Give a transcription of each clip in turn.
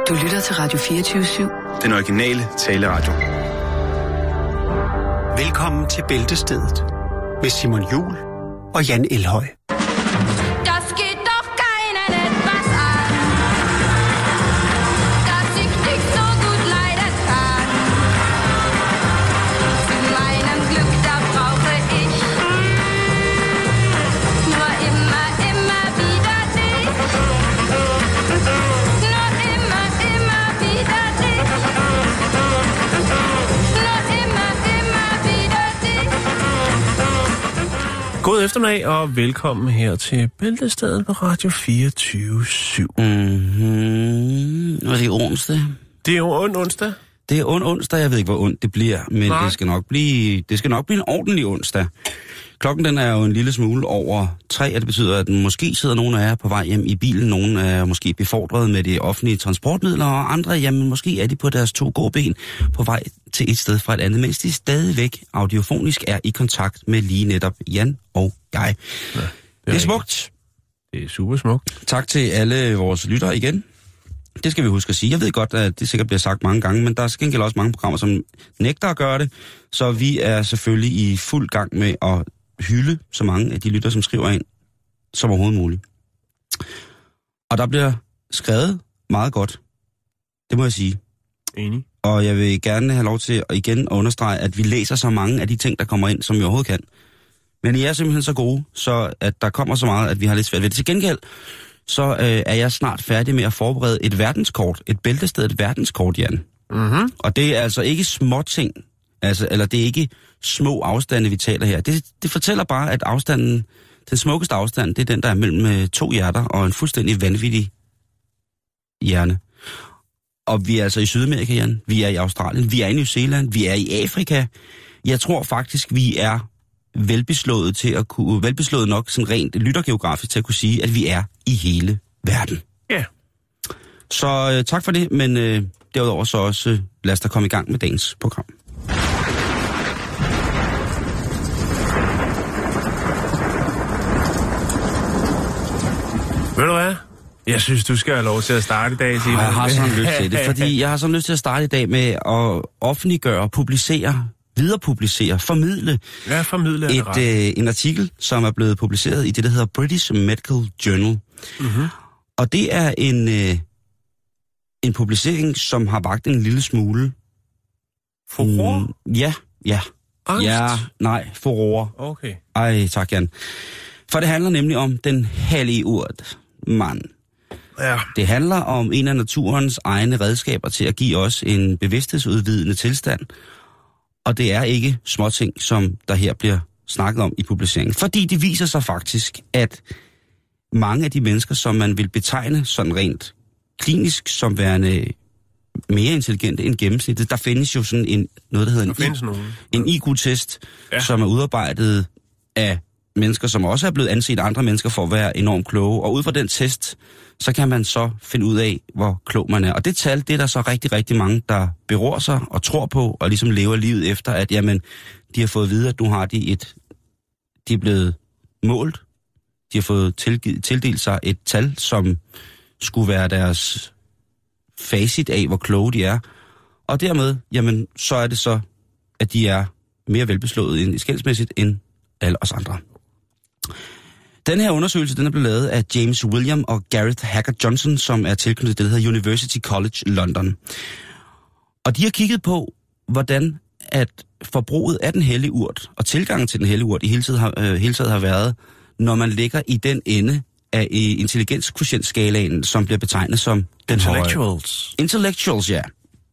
Du lytter til Radio 24/7. Den originale taleradio. Velkommen til Bæltestedet med Simon Juhl og Jan Elhøj. God eftermiddag og velkommen her til Bæltestedet på Radio 24/7. Og det er onsdag. Det er jo onsdag. Det er onsdag, jeg ved ikke, hvor ondt det bliver, men det skal nok blive en ordentlig onsdag. Klokken den er jo en lille smule over 3, og det betyder, at måske sidder nogen af jer på vej hjem i bilen, nogen er måske befordret med de offentlige transportmidler, og andre, jamen måske er de på deres 2 gåben på vej til et sted fra et andet, mens de stadigvæk audiofonisk er i kontakt med lige netop Jan og jeg. Ja, det er smukt. Det er super smukt. Tak til alle vores lyttere igen. Det skal vi huske at sige. Jeg ved godt, at det sikkert bliver sagt mange gange, men der er skænkel også mange programmer, som nægter at gøre det, så vi er selvfølgelig i fuld gang med at hylde så mange af de lytter, som skriver ind, som overhovedet muligt. Og der bliver skrevet meget godt. Det må jeg sige. Enig. Og jeg vil gerne have lov til at igen understrege, at vi læser så mange af de ting, der kommer ind, som vi overhovedet kan. Men I er simpelthen så gode, så at der kommer så meget, at vi har lidt svært ved det. Til gengæld, så er jeg snart færdig med at forberede et verdenskort. Et bæltestedet verdenskort, Jan. Mm-hmm. Og det er altså ikke små ting. Altså, eller det er ikke små afstande, vi taler her. Det fortæller bare, at afstanden, den smukkeste afstand, det er den, der er mellem 2 hjerter og en fuldstændig vanvittig hjerne. Og vi er altså i Sydamerika, Jan. Vi er i Australien. Vi er i New Zealand. Vi er i Afrika. Jeg tror faktisk, vi er velbeslået nok, sådan rent lyttergeografisk, til at kunne sige, at vi er i hele verden. Ja. Yeah. Så tak for det, men derudover så også lad os da komme i gang med dagens program. Ved du hvad? Jeg synes, du skal have lov til at starte i dag, Simon. Jeg har sådan lyst til det, fordi jeg har sådan lyst til at starte i dag med at offentliggøre, publicere, viderepublicere, formidle, en artikel, som er blevet publiceret i det, der hedder British Medical Journal. Mm-hmm. Og det er en publicering, som har vakt en lille smule furore? Ja. Angst? Ja, nej, furore. Okay. Ej, tak, Jan. For det handler nemlig om den hellige urt, mand. Ja. Det handler om en af naturens egne redskaber til at give os en bevidsthedsudvidende tilstand. Og det er ikke småting, som der her bliver snakket om i publiceringen. Fordi det viser sig faktisk, at mange af de mennesker, som man vil betegne sådan rent klinisk som værende mere intelligente end gennemsnittet, der findes jo sådan noget, der hedder en IQ-test, ja, som er udarbejdet af mennesker, som også er blevet anset af andre mennesker for at være enormt kloge. Og ud fra den test, så kan man så finde ud af, hvor klog man er. Og det tal, det er der så rigtig, rigtig mange, der beror sig og tror på, og ligesom lever livet efter, at jamen, de har fået at vide, at nu har de er blevet målt. De har fået tildelt sig et tal, som skulle være deres facit af, hvor kloge de er. Og dermed, jamen, så er det så, at de er mere velbeslået skældsmæssigt end alle os andre. Den her undersøgelse, den er blevet lavet af James William og Gareth Haggard Johnson, som er tilknyttet det, der hedder University College London. Og de har kigget på, hvordan at forbruget af den hellige urt og tilgangen til den hellige urt i hele taget har været, når man ligger i den ende af intelligenskvotientskalaen, som bliver betegnet som den Intellectuals. Intellectuals, ja.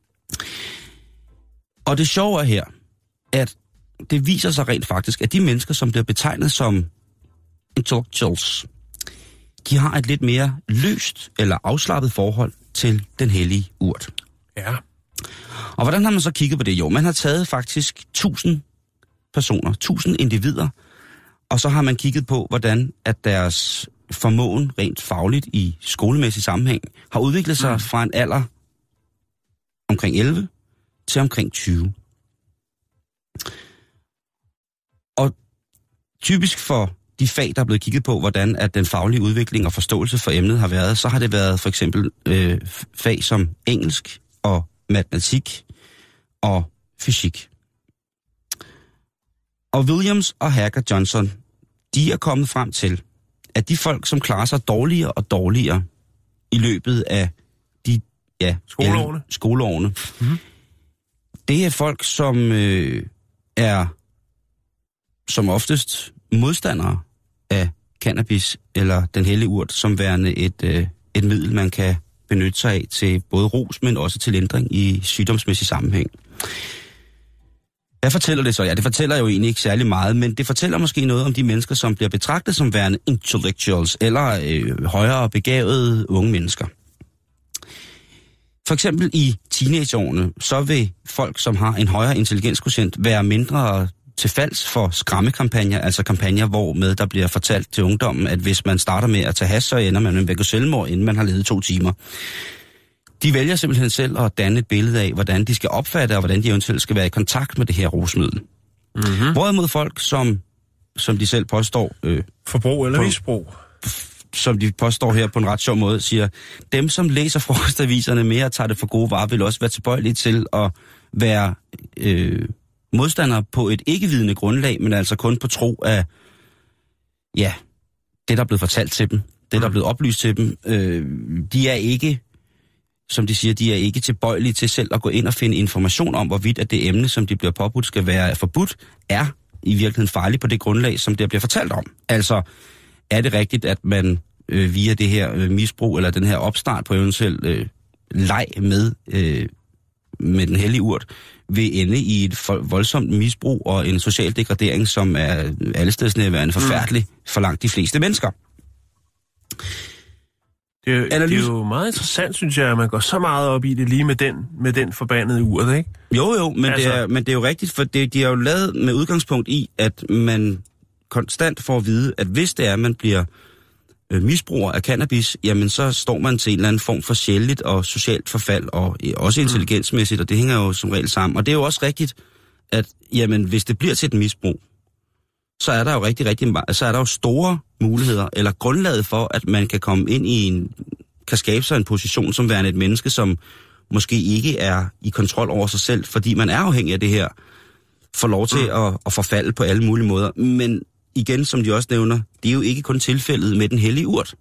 Og det sjove er her, at det viser sig rent faktisk, at de mennesker, som bliver betegnet som intellectuals, de har et lidt mere løst eller afslappet forhold til den hellige urt. Ja. Og hvordan har man så kigget på det? Jo, man har taget faktisk 1000 personer, 1000 individer, og så har man kigget på, hvordan at deres formåen rent fagligt i skolemæssig sammenhæng har udviklet sig fra en alder omkring 11 til omkring 20. Og typisk for de fag, der er blevet kigget på, hvordan at den faglige udvikling og forståelse for emnet har været, så har det været for eksempel fag som engelsk og matematik og fysik. Og Williams og Hager Johnson, de er kommet frem til, at de folk, som klarer sig dårligere og dårligere i løbet af de skoleårene, det er folk, som er som oftest modstandere af cannabis eller den hellige urt, som værende et middel, man kan benytte sig af til både rus, men også til lindring i sygdomsmæssig sammenhæng. Hvad fortæller det så? Ja, det fortæller jo egentlig ikke særlig meget, men det fortæller måske noget om de mennesker, som bliver betragtet som værende intellectuals, eller højere begavede unge mennesker. For eksempel i teenageårene, så vil folk, som har en højere intelligenskvotient, være mindre til falds for skræmmekampagner, altså kampagner, hvor med der bliver fortalt til ungdommen, at hvis man starter med at tage hash, så ender man med at begå selvmord, inden man har levet 2 timer. De vælger simpelthen selv at danne et billede af, hvordan de skal opfatte, og hvordan de eventuelt skal være i kontakt med det her rusmiddel. Mm-hmm. Hvorimod folk, som de selv påstår... forbrug eller misbrug. Som de påstår her på en ret sjov måde, siger, dem, som læser frokostaviserne mere og tager det for gode varer, vil også være tilbøjelige til at være modstandere på et ikke-vidende grundlag, men altså kun på tro af, ja, det, der er blevet fortalt til dem, det, der er blevet oplyst til dem. De er ikke, som de siger, de er ikke tilbøjelige til selv at gå ind og finde information om, hvorvidt at det emne, som de bliver påbudt, skal være forbudt, er i virkeligheden farligt på det grundlag, som det bliver fortalt om. Altså, er det rigtigt, at man via det her misbrug, eller den her opstart på eventuelt leg med den hellige urt, vil ende i et voldsomt misbrug og en social degradering, som er allestedsnærværende forfærdelig for langt de fleste mennesker. Det er jo meget interessant, synes jeg, at man går så meget op i det lige med den forbandede urt, ikke? Jo, men, altså... det er jo rigtigt, for de er jo lavet med udgangspunkt i, at man konstant får at vide, at hvis det er, at man bliver misbruger af cannabis, jamen så står man til en eller anden form for sjældent og socialt forfald, og også intelligensmæssigt, og det hænger jo som regel sammen. Og det er jo også rigtigt, at jamen, hvis det bliver til et misbrug, så er der jo så er der jo store muligheder, eller grundlaget for, at man kan komme ind i kan skabe sig en position som værende et menneske, som måske ikke er i kontrol over sig selv, fordi man er afhængig af det her, får lov til at forfalde på alle mulige måder. Men igen, som de også nævner, det er jo ikke kun tilfældet med den hellige urt.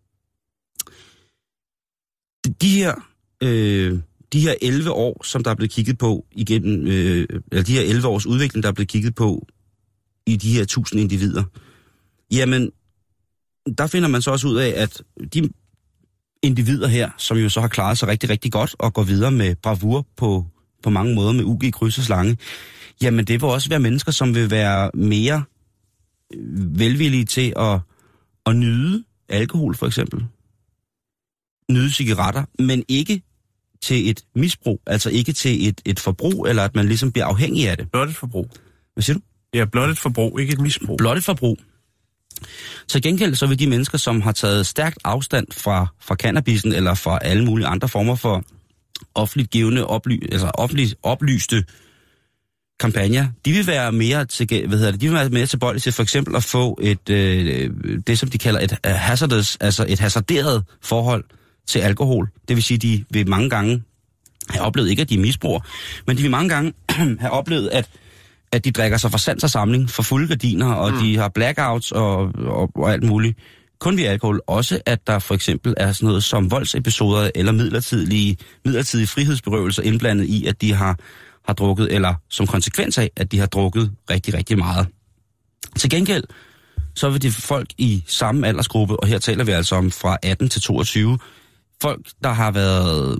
De her 11 år, som der er blevet kigget på igennem, eller de her 11 års udvikling, der er blevet kigget på i de her 1000 individer, jamen, der finder man så også ud af, at de individer her, som jo så har klaret sig rigtig, rigtig godt og går videre med bravur på mange måder med UG, kryds og slange, jamen det vil også være mennesker, som vil være mere velvillige til at nyde alkohol, for eksempel. Nyde cigaretter, men ikke til et misbrug, altså ikke til et forbrug, eller at man ligesom bliver afhængig af det. Blot et forbrug. Hvad siger du? Ja, blot et forbrug, ikke et misbrug. Blot et forbrug. Så gengæld så vil de mennesker, som har taget stærkt afstand fra cannabisen, eller fra alle mulige andre former for offentligt givende, oplyste kampagner, de vil være mere tilbøjelige til for eksempel at få det, som de kalder et hazardous, altså et hasarderet forhold til alkohol. Det vil sige, de vil mange gange have oplevet, ikke at de misbruger, men de vil mange gange have oplevet, at de drikker sig fra sans og samling, for fulde gardiner, og de har blackouts og alt muligt. Kun ved alkohol. Også, at der for eksempel er sådan noget som voldsepisoder eller midlertidige frihedsberøvelser indblandet i, at de har drukket, eller som konsekvens af, at de har drukket rigtig, rigtig meget. Til gengæld, så vil de folk i samme aldersgruppe, og her taler vi altså om fra 18 til 22, folk, der har været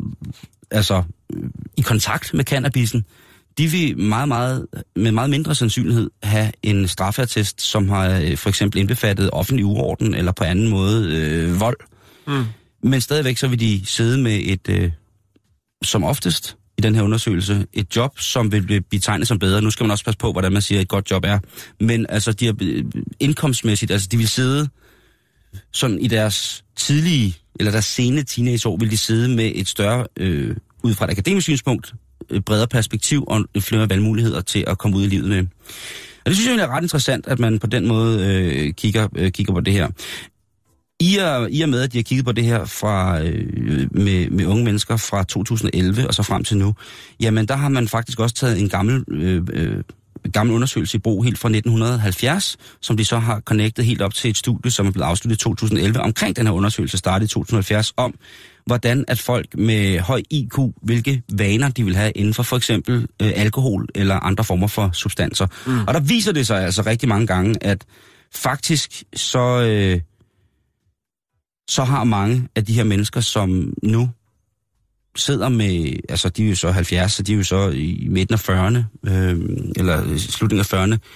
i kontakt med cannabisen, de vil med meget mindre sandsynlighed have en straffeattest, som har for eksempel indbefattet offentlig uorden, eller på anden måde vold. Men stadigvæk så vil de sidde med et, som oftest i den her undersøgelse, et job, som vil blive betegnet som bedre. Nu skal man også passe på, hvordan man siger, et godt job er. Men altså, de er indkomstmæssigt, altså de vil sidde sådan i deres deres sene teenageår, vil de sidde med et større, ud fra et akademisk synspunkt, bredere perspektiv og flere valgmuligheder til at komme ud i livet med. Og det synes jeg er ret interessant, at man på den måde kigger på det her. I og med, at de har kigget på det her fra, med unge mennesker fra 2011 og så frem til nu, jamen der har man faktisk også taget en gammel undersøgelse i brug helt fra 1970, som de så har connectet helt op til et studie, som er blevet afsluttet i 2011, omkring den her undersøgelse startede i 2070, om hvordan at folk med høj IQ, hvilke vaner de vil have inden for eksempel alkohol eller andre former for substanser. Og der viser det sig altså rigtig mange gange, at faktisk så har mange af de her mennesker, som nu sidder med, altså de er jo så 70, så de er jo så i midten af 40'erne, eller slutningen af 40'erne,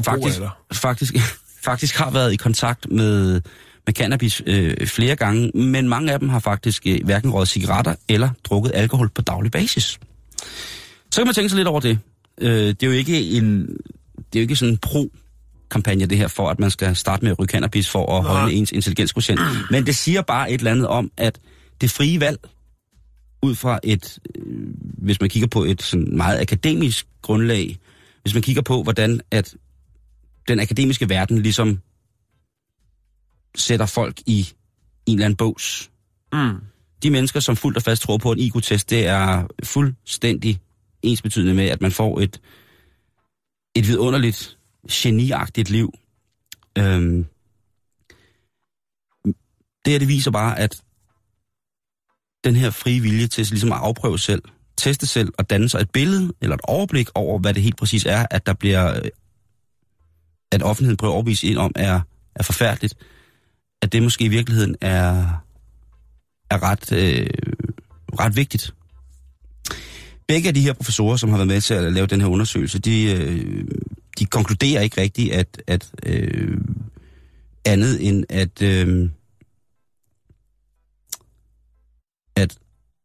faktisk har været i kontakt med cannabis flere gange, men mange af dem har faktisk hverken røget cigaretter eller drukket alkohol på daglig basis. Så kan man tænke sig lidt over det. Det er jo ikke sådan en pro-kampagne det her for, at man skal starte med at ryge cannabis for at holde ens intelligenskvotient. Men det siger bare et eller andet om, at det frie valg, ud fra hvis man kigger på et sådan meget akademisk grundlag, hvis man kigger på, hvordan at den akademiske verden ligesom sætter folk i en eller anden bås. De mennesker, som fuldt og fast tror på en IQ-test, det er fuldstændig ensbetydende med, at man får et vidunderligt, geniagtigt liv. Det viser bare, at den her frie vilje til ligesom at afprøve selv, teste selv og danne sig et billede eller et overblik over, hvad det helt præcis er, at at offentligheden prøver at overbevise en om, er forfærdeligt, at det måske i virkeligheden er ret vigtigt. Begge af de her professorer, som har været med til at lave den her undersøgelse, de konkluderer ikke rigtigt, at andet end at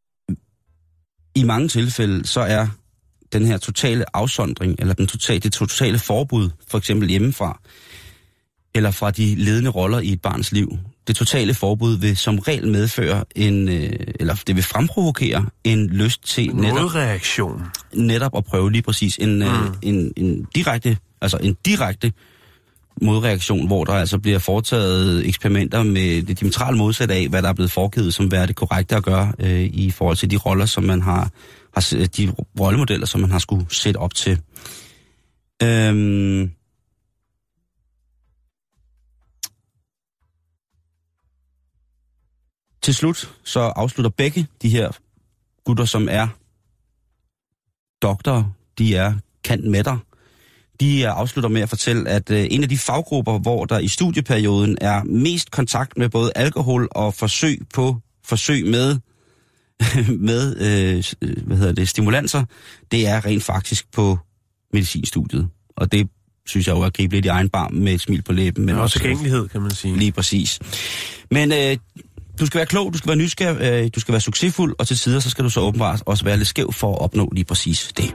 i mange tilfælde, så er den her totale afsondring, eller det totale forbud, for eksempel hjemmefra, eller fra de ledende roller i et barns liv, det totale forbud vil som regel medføre eller det vil fremprovokere en lyst til netop at prøve lige præcis en direkte modreaktion, hvor der altså bliver foretaget eksperimenter med det diametrale modsatte af, hvad der er blevet foregivet som være det korrekte at gøre i forhold til de roller, som man har de rollemodeller, som man har skulle sætte op til. Til slut så afslutter begge de her gutter, som er doktorer, de er cand.med.'er. De afslutter med at fortælle, at en af de faggrupper, hvor der i studieperioden er mest kontakt med både alkohol og forsøg med stimulanser, det er rent faktisk på medicinstudiet. Og det synes jeg jo er at gribe lidt i egen barm med et smil på læben. Men også tilgængelighed, kan man sige. Lige præcis. Men du skal være klog, du skal være nysgerrig, du skal være succesfuld, og til tider så skal du så åbenbart også være lidt skæv for at opnå lige præcis det.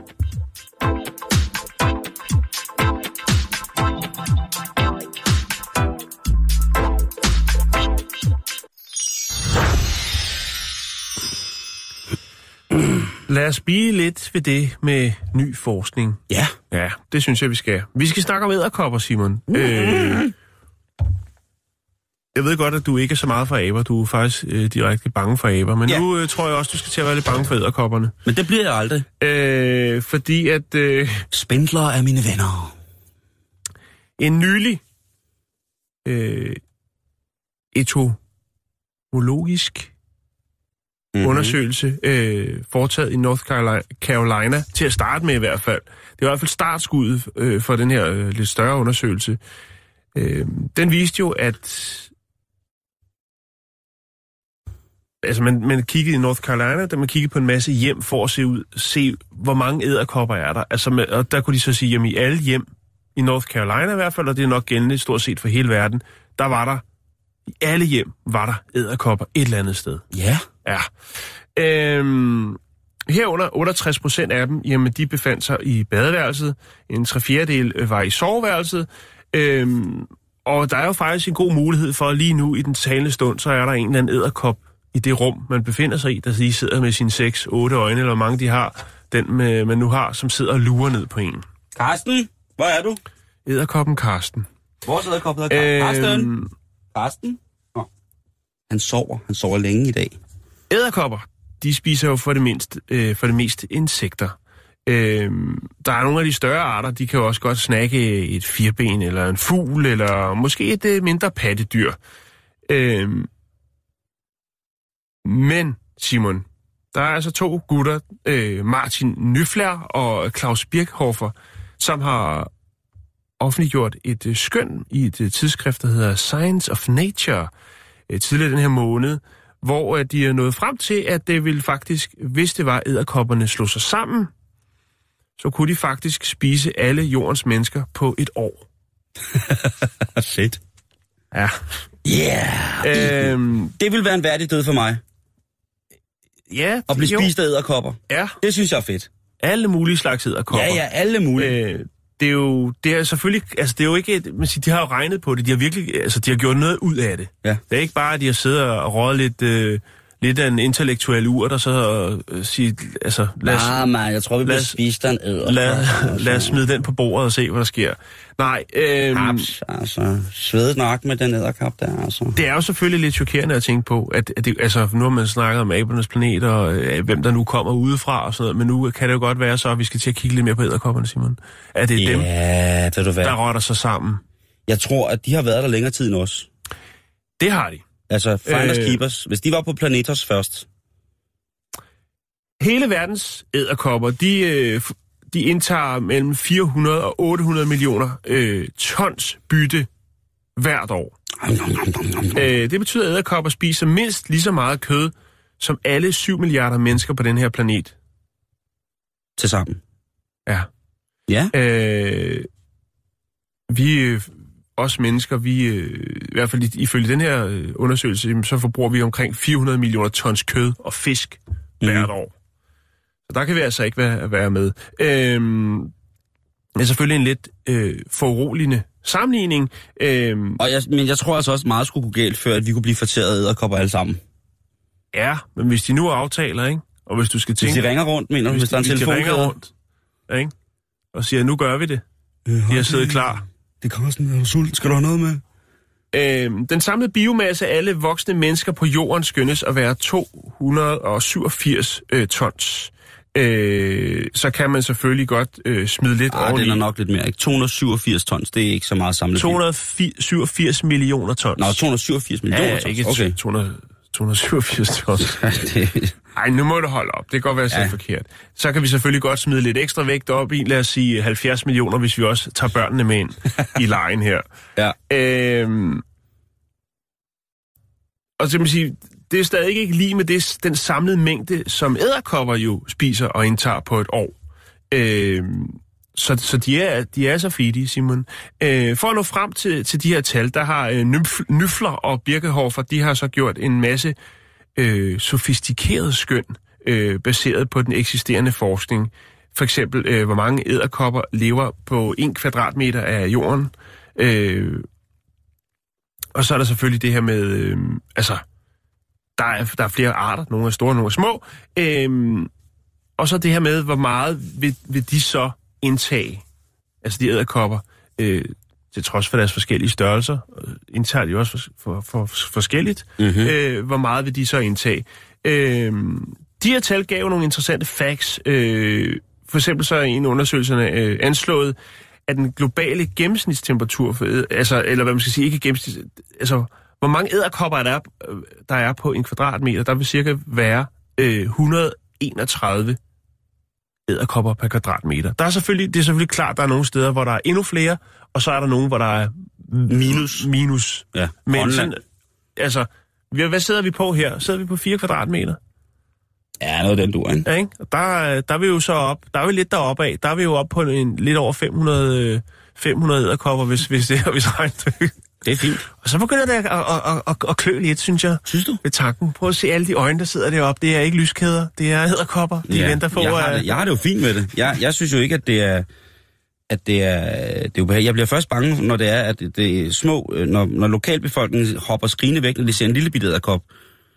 Lad os blive lidt ved det med ny forskning. Ja. Ja, det synes jeg, vi skal. Vi skal snakke om edderkopper, Simon. Jeg ved godt, at du ikke er så meget for aber. Du er faktisk direkte bange for aber. Men nu tror jeg også, du skal til at være lidt bange for edderkopperne. Men det bliver jeg aldrig. Fordi at... Spindler er mine venner. En nylig etymologisk undersøgelse, foretaget i North Carolina, til at starte med i hvert fald. Det var i hvert fald startskuddet for den her lidt større undersøgelse. Den viste jo, at altså man kiggede i North Carolina, da man kiggede på en masse hjem for at se hvor mange edderkopper er der. Altså, og der kunne de så sige, at i alle hjem, i North Carolina i hvert fald, og det er nok gældende stort set for hele verden, der var der, i alle hjem var der edderkopper et eller andet sted. Ja. Ja. Herunder 68% af dem, jamen de befandt sig i badeværelset, en 3/4 var i soveværelset, og der er jo faktisk en god mulighed for, lige nu i den talende stund, så er der en eller anden edderkop i det rum, man befinder sig i, der lige sidder med sine 6-8 øjne, eller hvor mange de har, den man nu har, som sidder og lurer ned på en. Karsten, hvor er du? edderkoppen Karsten. Vores edderkop hedder Karsten. Karsten? Han sover længe i dag. Edderkopper, de spiser jo for det meste insekter. Der er nogle af de større arter, de kan jo også godt snakke et firben, eller en fugl, eller måske et mindre pattedyr. Men, Simon, der er altså 2 gutter, Martin Nyfler og Claus Birkhofer, som har offentliggjort et skøn i et tidsskrift, der hedder Science of Nature, tidligere den her måned, hvor de er nået frem til, at det ville faktisk, hvis det var edderkopperne slog sig sammen, så kunne de faktisk spise alle jordens mennesker på et år. Fedt. Ja. Yeah. Det vil være en værdig død for mig. Ja. At blive spist af edderkopper. Ja. Det synes jeg er fedt. Alle mulige slags edderkopper. Ja, alle mulige. Det er selvfølgelig, altså det er jo ikke, de har jo regnet på det, de har virkelig, altså de har gjort noget ud af det. Ja. Det er ikke bare, at de har siddet og røget lidt af en intellektuel ur, der så siger, altså jeg tror, vi bliver spist af en edderkop. Lad os smide den på bordet og se, hvad der sker. Nej, altså, svedet nok med den edderkop der, altså. Det er jo selvfølgelig lidt chokerende at tænke på, at det, altså, nu har man snakket om abernes planet, og hvem der nu kommer udefra og sådan noget, men nu kan det jo godt være så, at vi skal til at kigge lidt mere på edderkopperne, Simon. Er det dem, der rotter sig sammen? Jeg tror, at de har været der længere tid end os. Det har de. Altså, finders keepers. Hvis de var på Planetos først. Hele verdens edderkopper, de indtager mellem 400 og 800 millioner tons bytte hvert år. Det betyder, at edderkopper spiser mindst lige så meget kød, som alle 7 milliarder mennesker på den her planet. Tilsammen? Ja. Ja? Os mennesker, i hvert fald ifølge den her undersøgelse, så forbruger vi omkring 400 millioner tons kød og fisk hvert år. Så der kan vi altså ikke være med. Det er selvfølgelig en lidt foruroligende sammenligning. Men jeg tror altså også meget skulle gå galt, før at vi kunne blive fortæret af edderkopper alle sammen. Ja, men hvis de nu aftaler, ikke? Og hvis du skal tænke... Hvis de ringer rundt, mener du, hvis der er en telefon? Hvis de ringer rundt, ikke? Og siger, nu gør vi det. De har siddet klar. Det kan også være sulten. Skal du have noget med? Den samlede biomasse af alle voksne mennesker på jorden skønnes at være 287 tons. Så kan man selvfølgelig godt smide lidt oveni. Det er nok lidt mere, ikke? 287 tons, det er ikke så meget samlet. 287 millioner tons. Nå, 287 millioner tons. Ikke okay. 287 tons. Ej, nu må du holde op. Det kan godt være så forkert. Så kan vi selvfølgelig godt smide lidt ekstra vægt op i, lad os sige 70 millioner, hvis vi også tager børnene med ind i lejen her. Ja. Og så vil sige, det er stadig ikke lige med den samlede mængde, som edderkopper jo spiser og indtager på et år. Så de er så flittige, Simon. For at nå frem til de her tal, der har Nyfler og Birkhofer, de har så gjort en masse sofistikeret skøn, baseret på den eksisterende forskning. For eksempel, hvor mange edderkopper lever på 1 kvadratmeter af jorden. Og så er der selvfølgelig det her med, der er flere arter, nogle er store, nogle er små. Og så det her med, hvor meget vil de så indtage, altså de edderkopper, til trods for deres forskellige størrelser, indtager de også for forskelligt. Mm-hmm. Hvor meget vil de så indtage? De her tal gav nogle interessante facts. For eksempel så er en af undersøgelserne anslået, at den globale gennemsnitstemperatur, eller hvad man skal sige, ikke gennemsnit, altså hvor mange edderkopper der er på 1 kvadratmeter, der vil cirka være 131 edderkopper per kvadratmeter. Det er selvfølgelig klart, at der er nogle steder, hvor der er endnu flere, og så er der nogle, hvor der er minus. Ja, men sådan, altså, hvad sidder vi på her? Sidder vi på 4 kvadratmeter? Ja, noget den dur, ikke? Ja, ikke? Der er vi jo så op. Der er vi lidt deroppe af. Der er vi jo oppe på lidt over 500 edderkopper, hvis det er, hvis regnstykket. Det er fint. Og så begynder det at klø lidt, synes jeg. Synes du? Ved tanken. Prøv at se alle de øjne, der sidder deroppe. Det er ikke lyskæder. Det er edderkopper. De venter på. Jeg har det jo fint med det. Jeg synes jo ikke, at det er ubehageligt. Jeg bliver først bange, når det er, at det er små, når lokalbefolkningen hopper skrigende væk, når de ser en lille bitte edderkop.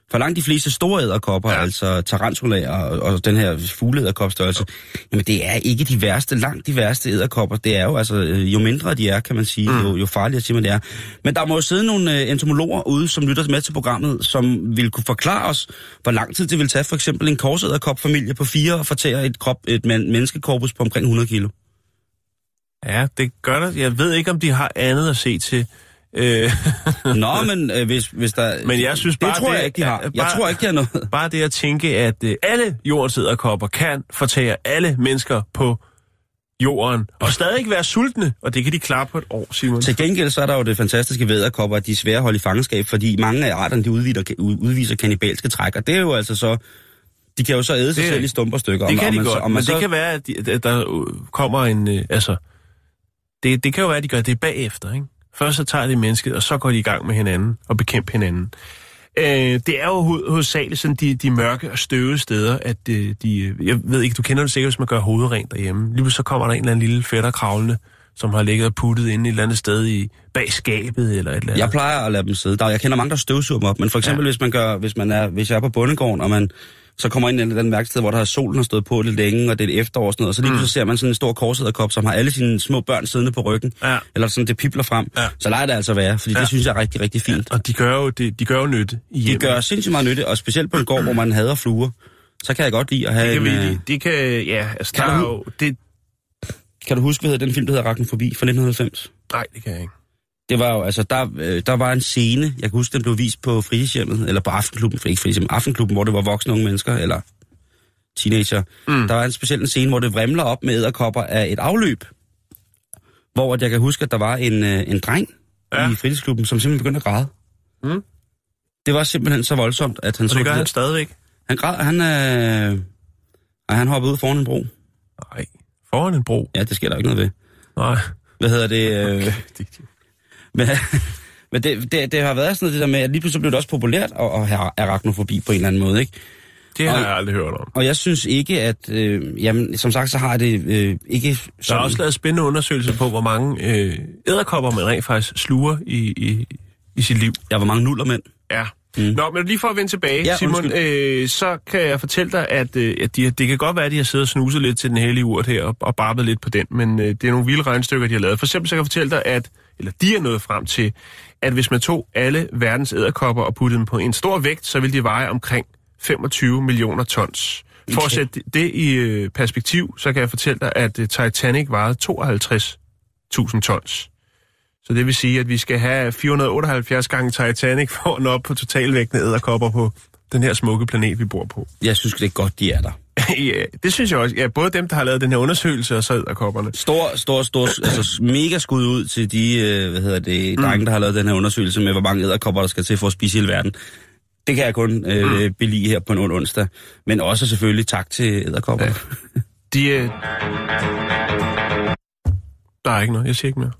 For langt de fleste store edderkopper, altså tarantulaer og den her fugleedderkopstørrelse, jamen det er ikke de værste, langt de værste edderkopper. Det er jo altså, jo mindre de er, kan man sige, jo farligere siger man det er. Men der må jo sidde nogle entomologer ude, som lytter med til programmet, som vil kunne forklare os, hvor lang tid det vil tage for eksempel en korsedderkopfamilie på 4 og fortære et menneskekorpus på omkring 100 kilo. Ja, det gør det. Jeg ved ikke, om de har andet at se til. Nå, men hvis der... Men jeg synes bare, det tror jeg ikke, de har. Jeg tror ikke, de har noget. Bare det at tænke, at alle jordens edderkopper kan fortære alle mennesker på jorden, og stadig være sultne, og det kan de klare på et år, Simon. Til gengæld så er der jo det fantastiske ved edderkopper, at de er svære at holde i fangenskab, fordi mange af arterne, de udviser kannibalske træk, og det er jo altså så... De kan jo så æde sig selv i stumper stykker. Det kan de godt, men det kan være, at der kommer en... Det kan jo være, at de gør det bagefter, ikke? Først så tager de mennesket, og så går de i gang med hinanden og bekæmper hinanden. Det er jo hovedsageligt sådan de mørke og støvede steder, at jeg ved ikke, du kender det sikkert, hvis man gør hovedet rent derhjemme. Lige så kommer der en eller anden lille fætter kravlende, som har ligget og puttet inde et eller andet sted bag skabet eller et eller andet. Jeg plejer at lade dem sidde. Jeg kender mange, der støvsuger dem op, men for eksempel hvis jeg er på bondegården, og man så kommer ind i den værksted, hvor der har solen har stået på lidt længe, og det er et efterår og sådan noget, og så lige så ser man sådan en stor korsedderkop, som har alle sine små børn siddende på ryggen, eller sådan, det pipler frem. Ja. Så lader det altså være, fordi det synes jeg er rigtig, rigtig fint. Ja, og de gør jo nytte i hjemmet. De gør sindssygt meget nytte, og specielt på en gård, hvor man hader fluer, så kan jeg godt lide at have Kan du huske, hvad hedder den film, der hedder Arachnofobi fra 1990? Nej, det kan jeg ikke. Det var jo, altså, der var en scene, jeg kan huske, den blev vist på fritidshjemmet, eller på Aftenklubben, ikke fritidshjemmet, Aftenklubben, hvor det var voksne unge mennesker, eller teenager. Der var en speciel scene, hvor det vrimler op med edderkopper af et afløb, hvor jeg kan huske, at der var en dreng i fritidsklubben, som simpelthen begyndte at græde. Det var simpelthen så voldsomt, at han så... Og det gør han stadigvæk? Han græd, han hoppede ud foran en bro. Nej, foran en bro? Ja, det sker der ikke noget ved. Nej. Hvad hedder det? Okay. Men det har været sådan noget, det der med, at lige pludselig blev det også populært at have arachnofobi på en eller anden måde, ikke? Det har jeg aldrig hørt om. Og jeg synes ikke, at... jamen, som sagt, så har jeg det ikke... Sådan. Der er også lavet spændende undersøgelser på, hvor mange edderkopper man rent faktisk sluger i sit liv. Ja, hvor mange nullermænd. Ja. Nå, men lige for at vende tilbage, Simon, så kan jeg fortælle dig, at det kan godt være, at de har siddet og snuset lidt til den hellige urt her og barbet lidt på den, men det er nogle vilde regnestykker, de har lavet. For eksempel så kan jeg fortælle dig, de er nået frem til, at hvis man tog alle verdens edderkopper og puttede dem på en stor vægt, så ville de veje omkring 25 millioner tons. For at sætte det i perspektiv, så kan jeg fortælle dig, at Titanic vejede 52.000 tons. Så det vil sige, at vi skal have 478 gange Titanic for at nå op på totalvægten af edderkopper på den her smukke planet, vi bor på. Jeg synes, det er godt, de er der. Ja, det synes jeg også. Ja, både dem, der har lavet den her undersøgelse, og så edderkopperne. Stor, altså mega skud ud til de, drenge, der har lavet den her undersøgelse med, hvor mange edderkopper, der skal til for at spise hele verden. Det kan jeg kun belige her på en onsdag. Men også selvfølgelig tak til edderkopper. Ja. Der er ikke noget, jeg siger ikke mere.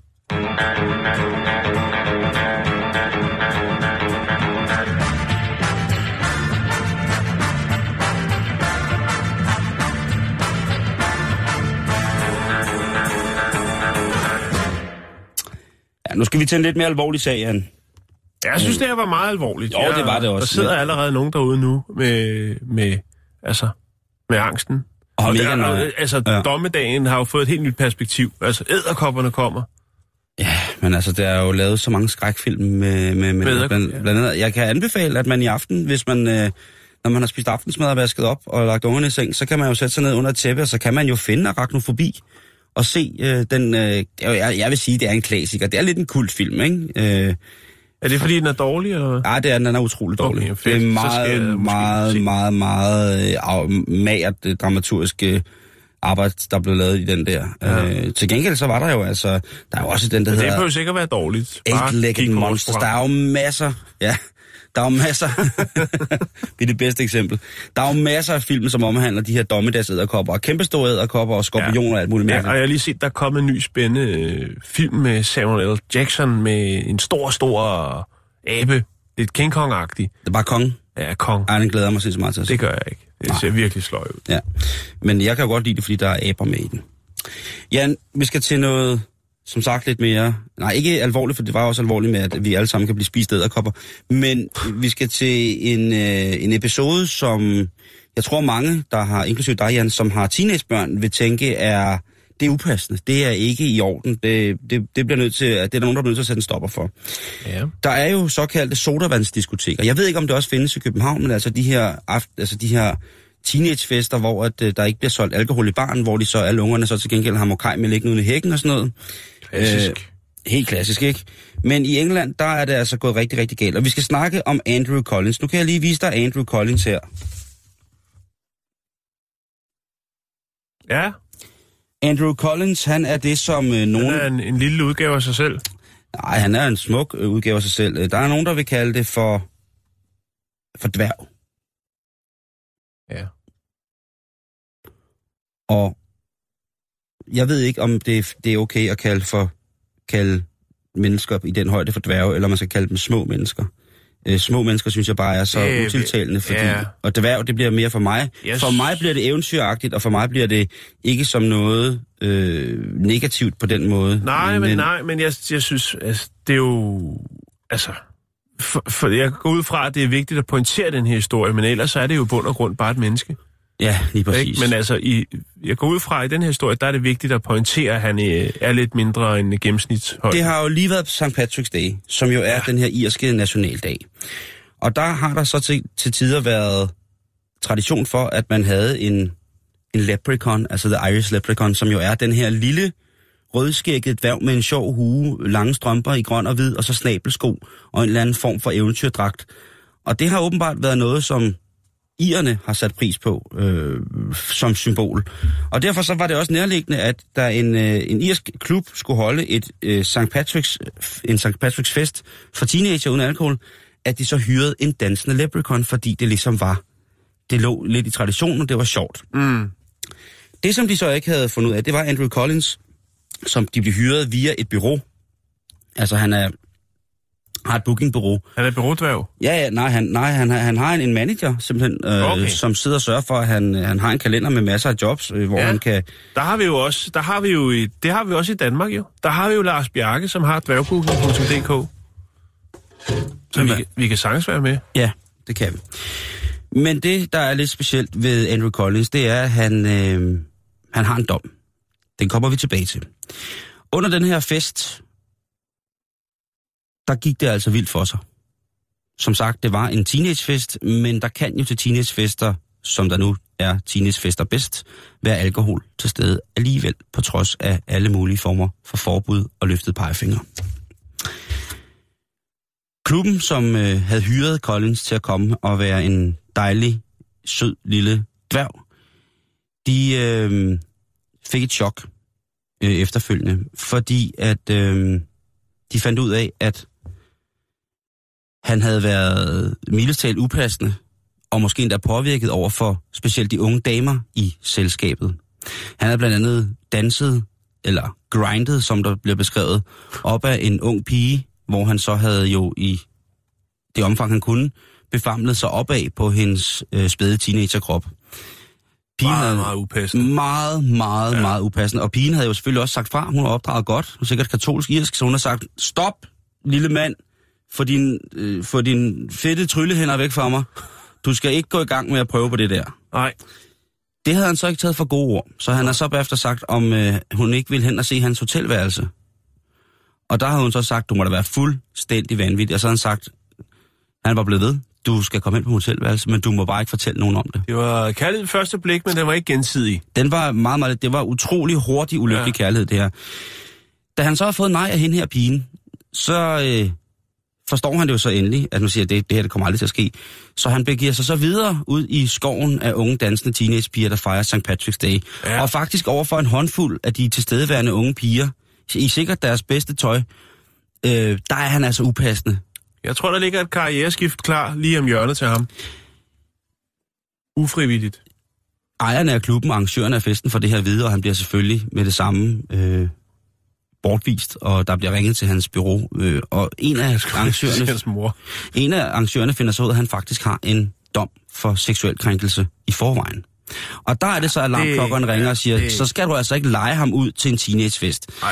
Ja, nu skal vi til en lidt mere alvorlig sag, Jan. Jeg synes, det her var meget alvorligt. Jo, det var det også. Der sidder allerede nogen derude nu med angsten. Dommedagen har jo fået et helt nyt perspektiv. Altså, edderkopperne kommer. Ja, men altså, der er jo lavet så mange skrækfilm med blandt andet. Jeg kan anbefale, at man i aften, hvis man, når man har spist aftensmad og vasket op og lagt ungerne i seng, så kan man jo sætte sig ned under et tæppe, og så kan man jo finde arachnofobi og se den... jeg vil sige, det er en klassiker. Det er lidt en kultfilm, ikke? Er det fordi, den er dårlig, eller hvad? Ja, det er den. Den er utrolig dårlig. Okay, det er meget magert dramaturgisk arbejde, der blev lavet i den der. Ja. Til gengæld så var der jo altså... Der er jo også den, der hedder... Det behøver sikkert være dårligt. Eight-Legged Monsters. Der er jo masser... Ja, der er jo masser... det er det bedste eksempel. Der er jo masser af film, som omhandler de her dommedags-edderkopper, og kæmpestore edderkopper og skorpioner og alt muligt mærkeligt. Ja, og jeg har lige set, der er kommet en ny spændende film med Samuel L. Jackson med en stor abe. Lidt King Kong-agtig. Det er bare Kong? Ja, Kong. Ej, den glæder mig sindssygt meget til at se. Det gør jeg ikke. Det ser virkelig sløj ud. Ja, men jeg kan jo godt lide det, fordi der er aber med i den. Jan, vi skal til noget som sagt lidt mere... Nej, ikke alvorligt, for det var også alvorligt med, at vi alle sammen kan blive spist af edderkopper. Men vi skal til en episode, som jeg tror mange, der har, inklusive dig, Jan, som har teenagebørn, vil tænke det er upassende. Det er ikke i orden. Det bliver nødt til, det er der nogen, der bliver nødt til at sætte en stopper for. Ja. Der er jo såkaldte sodavandsdiskoteker. Jeg ved ikke, om det også findes i København, men altså de her teenagefester, hvor der ikke bliver solgt alkohol i baren, hvor de så alle ungerne så til gengæld har mokaj med liggende ude i hækken og sådan noget. Klassisk. Helt klassisk, ikke? Men i England, der er det altså gået rigtig, rigtig galt. Og vi skal snakke om Andrew Collins. Nu kan jeg lige vise dig Andrew Collins her. Ja. Andrew Collins, han er det, som nogen... Han er en lille udgave af sig selv. Nej, han er en smuk udgave af sig selv. Der er nogen, der vil kalde det for dværg. Ja. Og jeg ved ikke, om det er okay at kalde mennesker i den højde for dværge, eller man skal kalde dem små mennesker. Små mennesker synes jeg bare er så utiltalende, fordi... Ja. Og dværg, det bliver mere for mig. Yes. For mig bliver det eventyragtigt, og for mig bliver det ikke som noget negativt på den måde. Men jeg synes, altså, det er jo... Altså... For jeg går ud fra, at det er vigtigt at pointere den her historie, men ellers så er det jo bund og grund bare et menneske. Ja, lige præcis. Ikke? Men altså, jeg går ud fra, at i den her historie, der er det vigtigt at pointere, at han er lidt mindre end gennemsnitshøjde. Det har jo lige været St. Patrick's Day, som jo er den her irske nationaldag. Og der har der så til tider været tradition for, at man havde en leprechaun, altså the Irish leprechaun, som jo er den her lille rødskægget dværg med en sjov hue, lange strømper i grøn og hvid, og så snabelsko og en eller anden form for eventyrdragt. Og det har åbenbart været noget, som irerne har sat pris på som symbol. Og derfor så var det også nærliggende, at der en irsk klub skulle holde en St. Patrick's fest for teenager uden alkohol, at de så hyrede en dansende leprechaun, fordi det ligesom var, det lå lidt i traditionen, og det var sjovt. Mm. Det, som de så ikke havde fundet ud af, det var Andrew Collins, som de blev hyret via et bureau. Altså han har et bookingbureau. Han er et bureaudværg? Ja, han har en manager, simpelthen, okay, som sidder og sørger for, at han har en kalender med masser af jobs, hvor han kan... Det har vi også i Danmark jo. Der har vi jo Lars Bjarke, som har dværgbooking.dk. Så vi kan sagtens være med. Ja, det kan vi. Men det, der er lidt specielt ved Andrew Collins, det er, at han har en dom. Den kommer vi tilbage til. Under den her fest, der gik det altså vildt for sig. Som sagt, det var en teenagefest, men der kan jo til teenagefester, som der nu er teenagefester bedst, være alkohol til stede alligevel, på trods af alle mulige former for forbud og løftet pegefinger. Klubben, som havde hyret Collins til at komme og være en dejlig, sød lille dværg, de fik et chok efterfølgende, fordi at de fandt ud af, at han havde været mildest talt upassende, og måske endda påvirket over for specielt de unge damer i selskabet. Han havde blandt andet danset, eller grindet, som der bliver beskrevet, op af en ung pige, hvor han så havde jo i det omfang, han kunne, befamlet sig opad på hendes spæde teenagerkrop. Meget upassende. Meget upassende. Og pigen havde jo selvfølgelig også sagt fra, hun var opdraget godt, hun er sikkert katolsk irsk, så hun har sagt, stop, lille mand, få din fedte tryllehænder væk fra mig. Du skal ikke gå i gang med at prøve på det der. Nej. Det havde han så ikke taget for gode ord, så han har så bagefter sagt, om hun ikke ville hen og se hans hotelværelse. Og der havde hun så sagt, du må da være fuldstændig vanvittig. Og så havde han sagt, han var blevet ved, du skal komme ind på hotelværelse, men du må bare ikke fortælle nogen om det. Det var kærlighed første blik, men den var ikke gensidig. Den var meget, det var utrolig hurtig, ulykkelig kærlighed, det her. Da han så har fået nej af hende her pigen, så forstår han det jo så endelig, at man siger, at det her det kommer aldrig til at ske. Så han begiver sig så videre ud i skoven af unge dansende teenagepiger, der fejrer St. Patrick's Day. Ja. Og faktisk overfor en håndfuld af de tilstedeværende unge piger, i sikkert deres bedste tøj, der er han altså upassende. Jeg tror, der ligger et karriereskift klar lige om hjørnet til ham. Ufrivilligt. Ejerne af klubben, arrangørerne af festen for det her videre, og han bliver selvfølgelig med det samme bortvist, og der bliver ringet til hans bureau. Og en af arrangørerne finder så ud, at han faktisk har en dom for seksuel krænkelse i forvejen. Og der er det så, at alarmklokkerne ringer og siger, så skal du altså ikke lege ham ud til en teenagefest. Nej.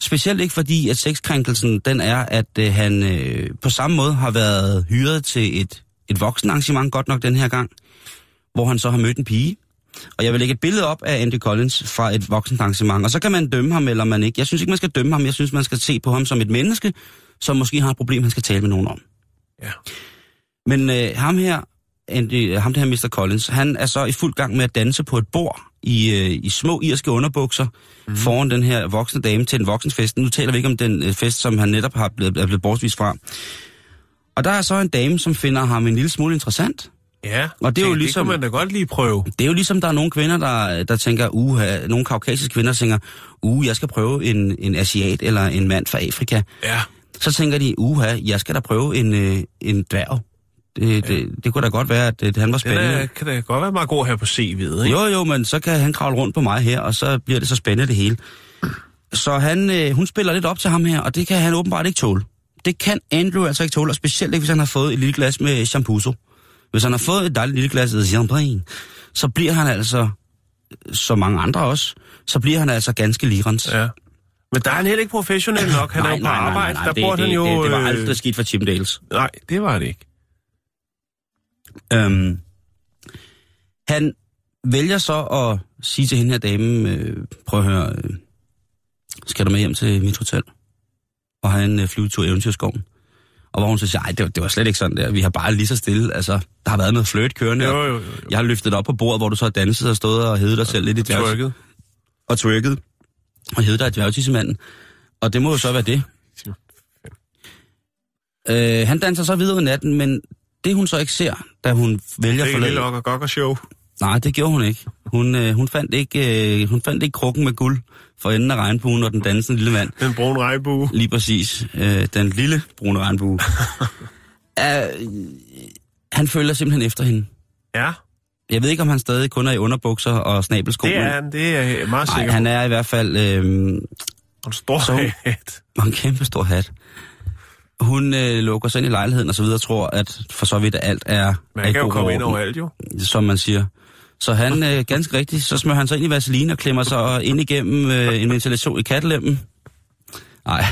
Specielt ikke fordi, at sexkrænkelsen, den er, at han på samme måde har været hyret til et voksenarrangement, godt nok den her gang, hvor han så har mødt en pige. Og jeg vil lægge et billede op af Andy Collins fra et voksenarrangement, og så kan man dømme ham, eller man ikke. Jeg synes ikke, man skal dømme ham. Jeg synes, man skal se på ham som et menneske, som måske har et problem, han skal tale med nogen om. Ja. Men ham der her Mr. Collins, han er så i fuld gang med at danse på et bord i små irske underbukser foran den her voksne dame til en voksensfest. Nu taler vi ikke om den fest, som han netop er blevet bortvist fra. Og der er så en dame, som finder ham en lille smule interessant. Ja, og det er jo ligesom, det kunne man da godt lige prøve. Det er jo ligesom, der er nogle kvinder, der tænker, nogle kaukasiske kvinder tænker, jeg skal prøve en asiat eller en mand fra Afrika. Ja. Så tænker de, jeg skal da prøve en dværg. Det kunne da godt være, at han var spændende. Det kan da godt være meget god her på CV'et, ikke? Jo, men så kan han kravle rundt på mig her, og så bliver det så spændende det hele. Så hun spiller lidt op til ham her, og det kan han åbenbart ikke tåle. Det kan Andrew altså ikke tåle, og specielt ikke, hvis han har fået et lille glas med shampoo. Hvis han har fået et dejligt lille glas af champagne, så bliver han altså, som mange andre også, så bliver han altså ganske ligerens. Ja. Men der er han heller ikke professionel nok. Han er jo på arbejde. Nej, der burde han jo... Det var aldrig skidt for Chippendales. Nej, det var det ikke. Han vælger så at sige til hende her dame, prøv at høre, skal du med hjem til mit hotel? Og have en flyvetur i Eventyrskoven. Og hvor hun så siger, det var slet ikke sådan der. Vi har bare lige så stille. Altså, der har været noget flirt kørende. Jo. Jeg har løftet op på bordet, hvor du så har danset og stået og hævet dig selv lidt i dværg. Og twerket. Og hævet dig i dværgtissemanden. Og det må jo så være det. Han danser så videre i natten, men det hun så ikke ser, da hun vælger at forlade... Det er lille og show. Nej, det gjorde hun ikke. Hun fandt ikke krukken med guld for enden af regnbuen og den dansende lille mand. Den brune regnbue. Lige præcis. Den lille brune regnbue. Han følger simpelthen efter hende. Ja. Jeg ved ikke, om han stadig kun er i underbukser og snabelsko. Det er han, det er meget sikker. Nej, han er i hvert fald... en stor hat. En kæmpe stor hat. Hun lukker sig ind i lejligheden og så videre, tror, at for så vidt alt er... Man kan jo komme ind overalt, jo. Som man siger. Så han, ganske rigtigt, så smører han sig ind i vaseline og klemmer sig ind igennem en ventilation i kattelemmen. Nej.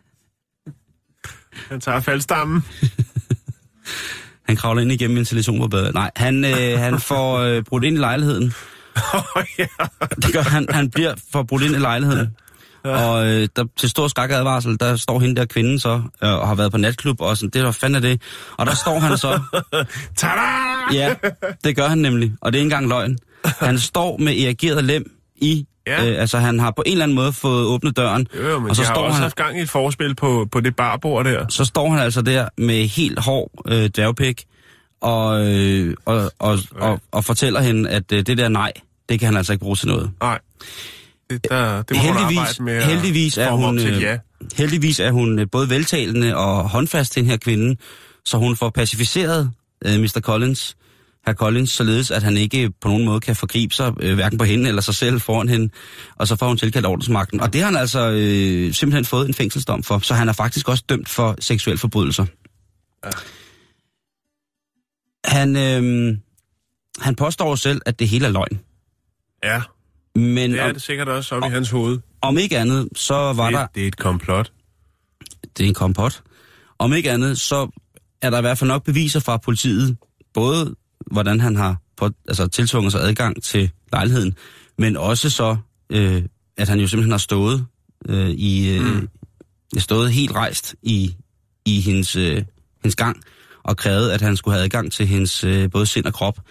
Han tager faldstammen. Han kravler ind igennem ventilation på badet. Nej, han får brudt ind i lejligheden. Ja. Det gør han bliver for brudt ind i lejligheden. Ja. Og der, til stor skrækadvarsel, der står hende der kvinden så, og har været på natklub, og sådan, det var fandme det. Og der står han så... Tada! Ja, det gør han nemlig, og det er ikke engang løgn. Han står med erigeret lem i... Ja. Altså, han har på en eller anden måde fået åbnet døren. Jo, men og så de har står også han, haft gang i et forspil på det barbord der. Så står han altså der med helt hård dværgpæk, og fortæller hende, at det der nej, det kan han altså ikke bruge til noget. Nej. Det må hun arbejde med. Heldigvis er hun både veltalende og håndfast til den her kvinde, så hun får pacificeret Mr. Collins, herr Collins, således at han ikke på nogen måde kan forgribe sig, hverken på hende eller sig selv foran hende, og så får hun tilkaldt ordensmagten. Og det har han altså simpelthen fået en fængselsdom for, så han er faktisk også dømt for seksuelle forbrydelser. Ja. Han påstår selv, at det hele er løgn. Ja. Men det er det sikkert også op i hans hoved. Om ikke andet, så var der... Det er et komplot. Det er en kompot. Om ikke andet, så er der i hvert fald nok beviser fra politiet, både hvordan han har tiltvunget sig adgang til lejligheden, men også så, at han jo simpelthen har stået stået helt rejst i hendes gang, og krævet, at han skulle have adgang til hendes både sind og krop.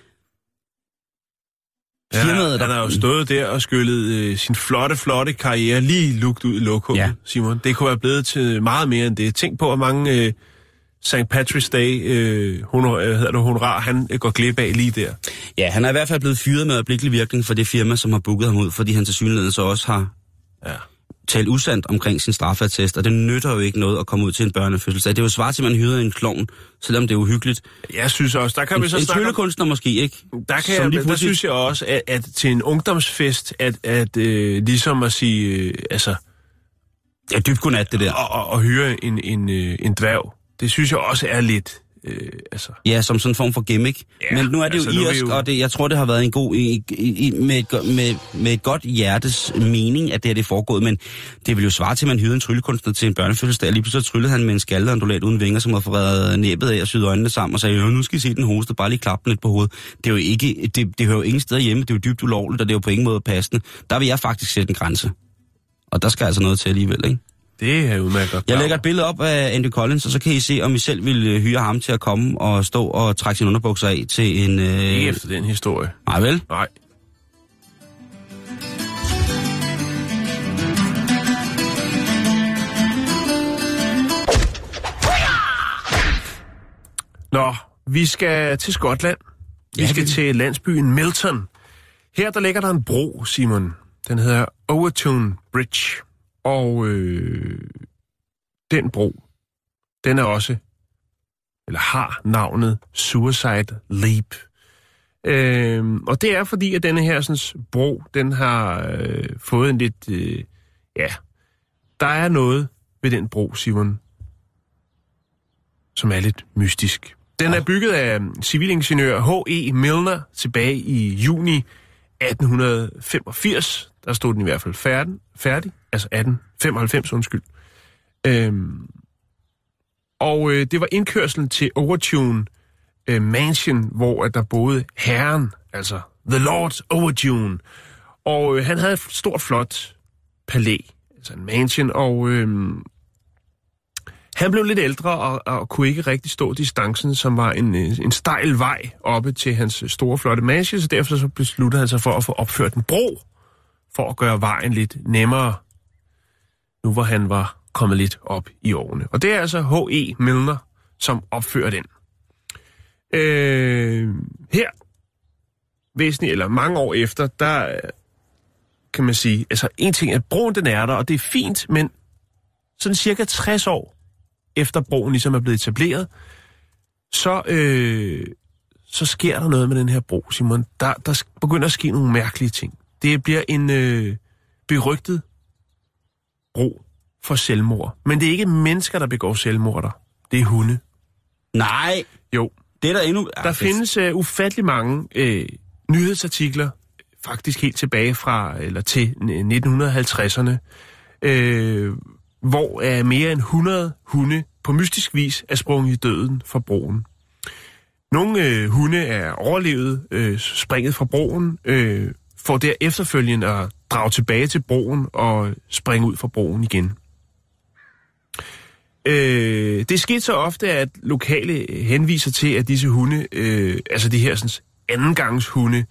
Ja, han har jo stået der og skyllet sin flotte karriere lige lugt ud i lokummet, ja. Simon. Det kunne være blevet til meget mere end det. Tænk på, hvor mange St. Patrick's Day honorar han går glip af lige der. Ja, han er i hvert fald blevet fyret med øjeblikkelig virkning for det firma, som har booket ham ud, fordi han tilsyneladende så også har talt usandt omkring sin straffeattest, og det nytter jo ikke noget at komme ud til en børnefødselsdag. Det er jo svært til, at man hyrer en klovn, selvom det er uhyggeligt. Jeg synes også, der kan vi så snakke... En tryllekunstner måske, ikke? Der synes jeg også, at til en ungdomsfest, at ligesom at sige, altså... Ja, dybt godnat, det der. Og hyre en dværg, det synes jeg også er lidt altså... Ja, som sådan en form for gimmick. Ja, men nu er det altså, jo irsk, og jeg tror, det har været en god... med et godt hjertes mening, at det er foregået, men det vil jo svare til, at man hyrede en tryllekunstner til en børnefødselsdag, og lige pludselig tryllede han med en skaldeondulat uden vinger, som havde forredet næbbet af og syede øjnene sammen, og sagde, nu skal I se den hoste, bare lige klappe den lidt på hovedet. Det er jo ikke... Det hører jo ingen steder hjemme, det er jo dybt ulovligt, og det er jo på ingen måde passende. Der vil jeg faktisk sætte en grænse. Og der skal altså noget til alligevel, ikke? Det er udmærket. Jeg lægger et billede op af Andy Collins, og så kan I se, om I selv vil hyre ham til at komme og stå og trække sine underbukser af til en... Ikke efter den historie. Nej vel? Nej. Nå, vi skal til Skotland. Vi skal til landsbyen Milton. Her der ligger der en bro, Simon. Den hedder Overtune Bridge. Og den bro, den er også, eller har navnet Suicide Leap. Og det er fordi, at denne her sådan, bro, den har fået en lidt, der er noget ved den bro, Simon, som er lidt mystisk. Den er bygget af civilingeniør H.E. Milner tilbage i juni 1885. Der stod den i hvert fald færdig. Altså 1895, undskyld. Det var indkørslen til Overtune Mansion, hvor der boede herren, altså The Lord Overtune. Og han havde et stort, flot palæ, altså en mansion, og han blev lidt ældre og kunne ikke rigtig stå distancen, som var en stejl vej oppe til hans store, flotte mansion, så derfor så besluttede han sig for at få opført en bro, for at gøre vejen lidt nemmere, nu hvor han var kommet lidt op i årene. Og det er altså H.E. Milner, som opfører den. Her, væsentligt, eller mange år efter, der kan man sige, altså en ting er, at broen den er der, og det er fint, men sådan cirka 60 år efter broen ligesom er blevet etableret, så sker der noget med den her bro, Simon. Der begynder at ske nogle mærkelige ting. Det bliver en berygtet bro for selvmord. Men det er ikke mennesker, der begår selvmord der. Det er hunde. Nej! Jo. Det er der endnu... Der findes ufattelig mange nyhedsartikler, faktisk helt tilbage til 1950'erne, hvor mere end 100 hunde på mystisk vis er sprunget i døden fra broen. Nogle hunde er overlevet, springet fra broen, for der efterfølgende at drage tilbage til broen og springe ud fra broen igen. Det skete så ofte, at lokale henviser til, at disse hunde, altså de her sådan, andengangshunde,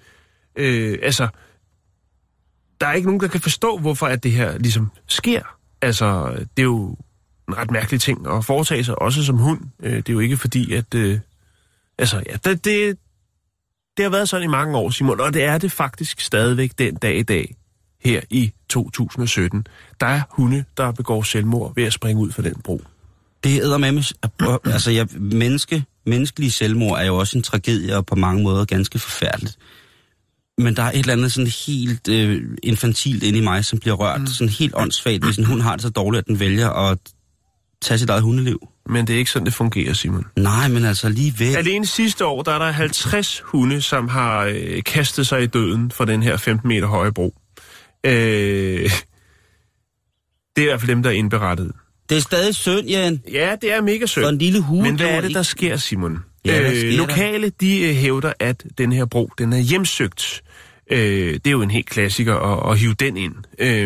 der er ikke nogen, der kan forstå, hvorfor at det her ligesom sker. Altså, det er jo en ret mærkelig ting at foretage sig, også som hund. Det er jo ikke fordi, at... det har været sådan i mange år, Simon, og det er det faktisk stadigvæk den dag i dag, her i 2017. Der er hunde, der begår selvmord ved at springe ud fra den bro. Det er eddermame... Altså, menneskelig selvmord er jo også en tragedie, og på mange måder ganske forfærdeligt. Men der er et eller andet sådan helt infantilt inde i mig, som bliver rørt. Sådan helt åndssvagt, hvis en hund har det så dårligt, at den vælger at tage sit eget hundeliv. Men det er ikke sådan, det fungerer, Simon. Nej, men altså alligevel... Alene sidste år, der er der 50 hunde, som har kastet sig i døden for den her 15 meter høje bro. Det er i hvert fald dem, der er indberettet. Det er stadig synd, Jan. Ja, det er mega synd. For en lille hue. Men hvad er det, der sker, Simon? Ja, lokale, de hævder, at den her bro, den er hjemsøgt. Det er jo en helt klassiker at hive den ind.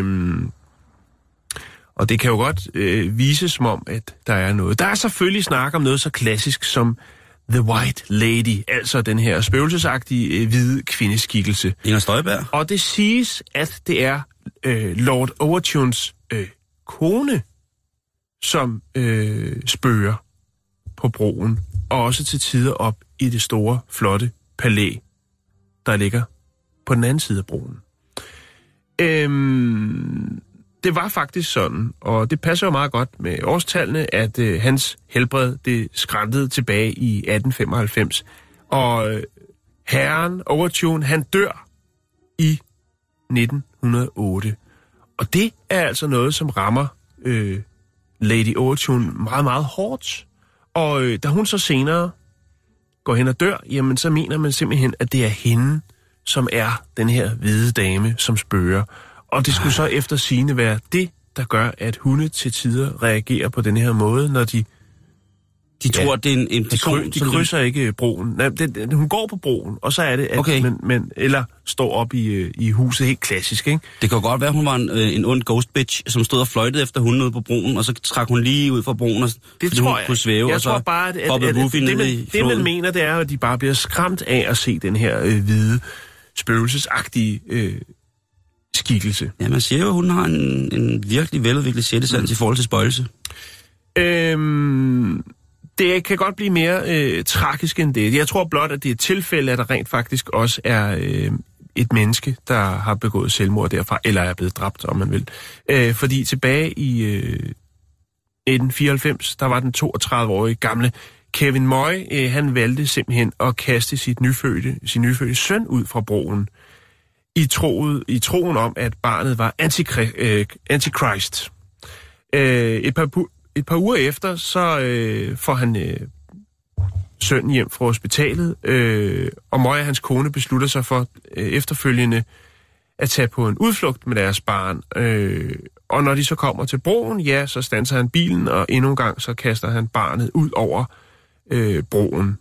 Og det kan jo godt vise som om, at der er noget. Der er selvfølgelig snak om noget så klassisk som The White Lady, altså den her spøgelsesagtige hvide kvindeskikkelse. Inger Støjberg. Og det siges, at det er Lord Overtunes kone, som spøger på broen, og også til tider op i det store, flotte palæ, der ligger på den anden side af broen. Det var faktisk sådan, og det passer jo meget godt med årstallene, at hans helbred, det skrantede tilbage i 1895. Og herren Overtune, han dør i 1908. Og det er altså noget, som rammer Lady Overtune meget, meget hårdt. Og da hun så senere går hen og dør, jamen så mener man simpelthen, at det er hende, som er den her hvide dame, som spøger. Og det skulle så efter sigende være det, der gør, at hunde til tider reagerer på den her måde, når de tror, at det er en person... De krydser ikke broen. Nej, hun går på broen, og så er det, at eller står op i huset helt klassisk, ikke? Det kan godt være, at hun var en ond ghost bitch, som stod og fløjtede efter hunden ude på broen, og så trak hun lige ud fra broen, og det tror jeg. Kunne svæve, jeg og så tror bare, at det man mener, det er, at de bare bliver skræmt af at se den her hvide, spøgelsesagtige skikkelse. Ja, man siger jo, at hun har en virkelig veludviklet sjættesans i forhold til spøgelse. Det kan godt blive mere tragisk end det. Jeg tror blot, at det er et tilfælde, at der rent faktisk også er et menneske, der har begået selvmord derfra, eller er blevet dræbt, om man vil. Fordi tilbage i 1994, der var den 32-årige gamle Kevin Moy, han valgte simpelthen at kaste sin nyfødte søn ud fra broen, i troen om, at barnet var antichrist. Et par uger efter, så får han sønnen hjem fra hospitalet, og Moy og hans kone beslutter sig for efterfølgende at tage på en udflugt med deres barn. Og når de så kommer til broen, ja, så standser han bilen, og endnu en gang så kaster han barnet ud over broen.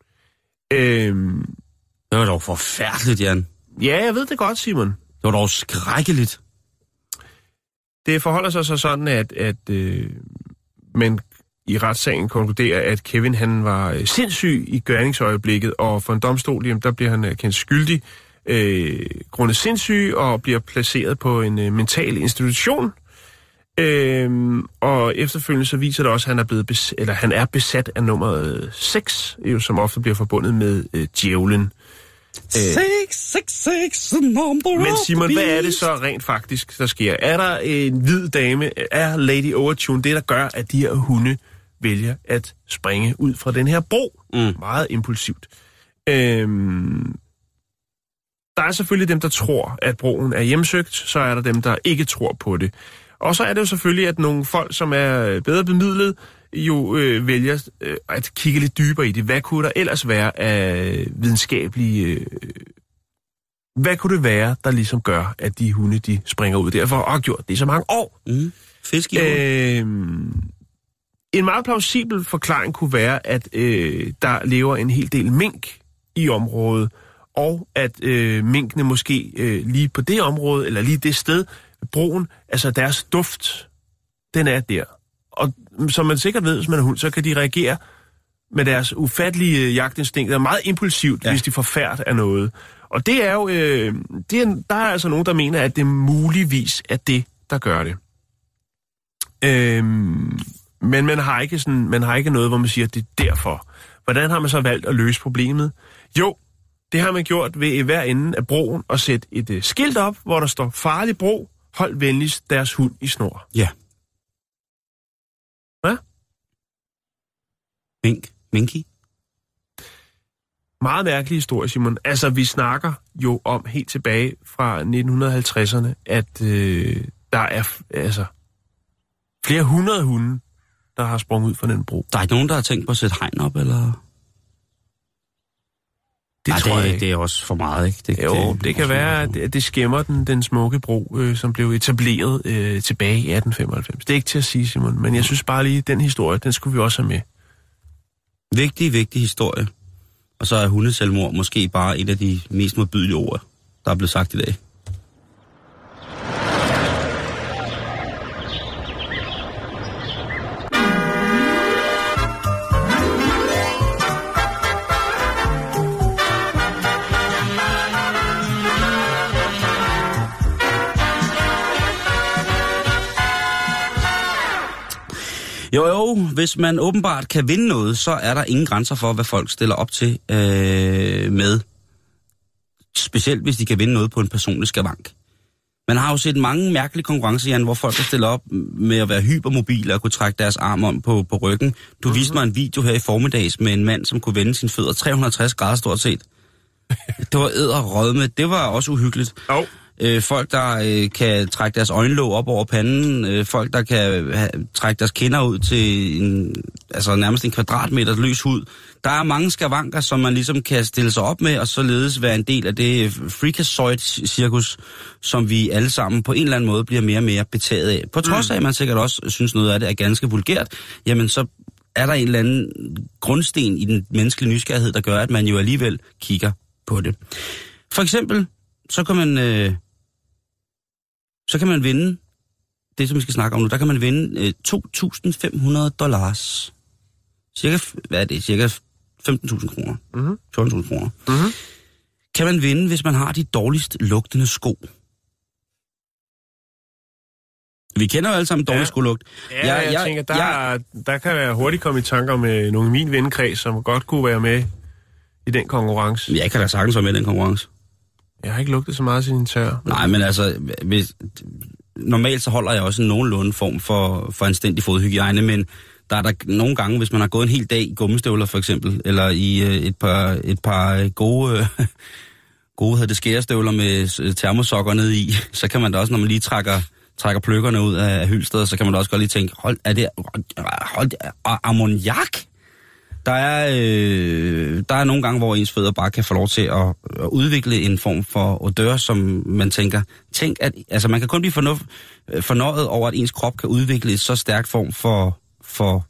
Det var dog forfærdeligt, Jan. Ja, jeg ved det godt, Simon. Det var dog skrækkeligt. Det forholder sig så sådan, at man i retssagen konkluderer, at Kevin han var sindssyg i gerningsøjeblikket, og for en domstol, jamen, der bliver han kendt skyldig grundet sindssyg og bliver placeret på en mental institution. Og efterfølgende så viser det også, at han er besat af nummer 6, som ofte bliver forbundet med djævlen. 666, number. Men Simon, hvad er det så rent faktisk, der sker? Er der en hvid dame, er Lady Overtune det, der gør, at de her hunde vælger at springe ud fra den her bro? Meget impulsivt. Der er selvfølgelig dem, der tror, at broen er hjemsøgt, så er der dem, der ikke tror på det. Og så er det jo selvfølgelig, at nogle folk, som er bedre bemidlet, jo vælger at kigge lidt dybere i det. Hvad kunne der ellers være af videnskabelige... Hvad kunne det være, der ligesom gør, at de hunde, de springer ud derfor og har gjort det i så mange år? Fisk i en meget plausibel forklaring kunne være, at der lever en hel del mink i området, og at minkene måske lige på det område, eller lige det sted, broen, altså deres duft, den er der. Og som man sikkert ved, hvis man er hund, så kan de reagere med deres ufattelige jagtinstinkt, der er meget impulsivt, hvis de får færd af noget. Og det er jo, der er altså nogen, der mener, at det muligvis er det, der gør det. Men man har ikke noget, hvor man siger, at det er derfor. Hvordan har man så valgt at løse problemet? Jo, det har man gjort ved i hver ende af broen at sætte et skilt op, hvor der står farlig bro, hold venligst deres hund i snor. Ja. Hvad? Minky? Meget mærkelig historie, Simon. Altså, vi snakker jo om helt tilbage fra 1950'erne, at der er flere hundrede hunde, der har sprunget ud fra den bro. Der er ikke nogen, der har tænkt på at sætte hegn op, eller? Det tror jeg ikke. Det er også for meget, ikke? Det kan være, at det skæmmer den smukke bro, som blev etableret tilbage i 1895. Det er ikke til at sige, Simon, men jeg synes bare lige, den historie, den skulle vi også have med. Vigtig historie. Og så er hundeselvmord måske bare et af de mest modbydelige ord, der er blevet sagt i dag. Jo, hvis man åbenbart kan vinde noget, så er der ingen grænser for, hvad folk stiller op til med. Specielt hvis de kan vinde noget på en personlig skavank. Man har jo set mange mærkelige konkurrencer, Jan, hvor folk kan stille op med at være hypermobile og kunne trække deres arm om på ryggen. Du viste mig en video her i formiddags med en mand, som kunne vende sine fødder 360 grader stort set. Det var edderrødme. Det var også uhyggeligt. folk, der kan trække deres øjenlåg op over panden, folk, der kan trække deres kinder ud til nærmest en kvadratmeter løs hud. Der er mange skavanker, som man ligesom kan stille sig op med, og således være en del af det freakazoid-cirkus, som vi alle sammen på en eller anden måde bliver mere og mere betaget af. På trods af, at man sikkert også synes noget af det er ganske vulgært, jamen så er der en eller anden grundsten i den menneskelige nysgerrighed, der gør, at man jo alligevel kigger på det. For eksempel, så kan man vinde, det som vi skal snakke om nu, der kan man vinde $2.500. Cirka 15.000 kroner. 14.000 kroner. Mm-hmm. Kan man vinde, hvis man har de dårligst lugtende sko. Vi kender jo alle sammen dårlig skolugt. Ja, jeg tænker, der kan være hurtigt komme i tanker med nogle i min vennekreds, som godt kunne være med i den konkurrence. Jeg kan da sagtens være med i den konkurrence. Jeg har ikke lugtet så meget til din tør. Nej, men altså, normalt så holder jeg også en nogenlunde form for anstændig fodhygiejne, men der er der nogle gange, hvis man har gået en hel dag i gummistøvler for eksempel, eller i et par gode skærestøvler med termosokker ned i, så kan man da også, når man lige trækker pløkkerne ud af hylstret, så kan man da også godt lige tænke, hold ammoniak? Der er nogle gange, hvor ens fødder bare kan få lov til at udvikle en form for odør, som man tænker, altså man kan kun blive fornøjet over, at ens krop kan udvikle et så stærkt form for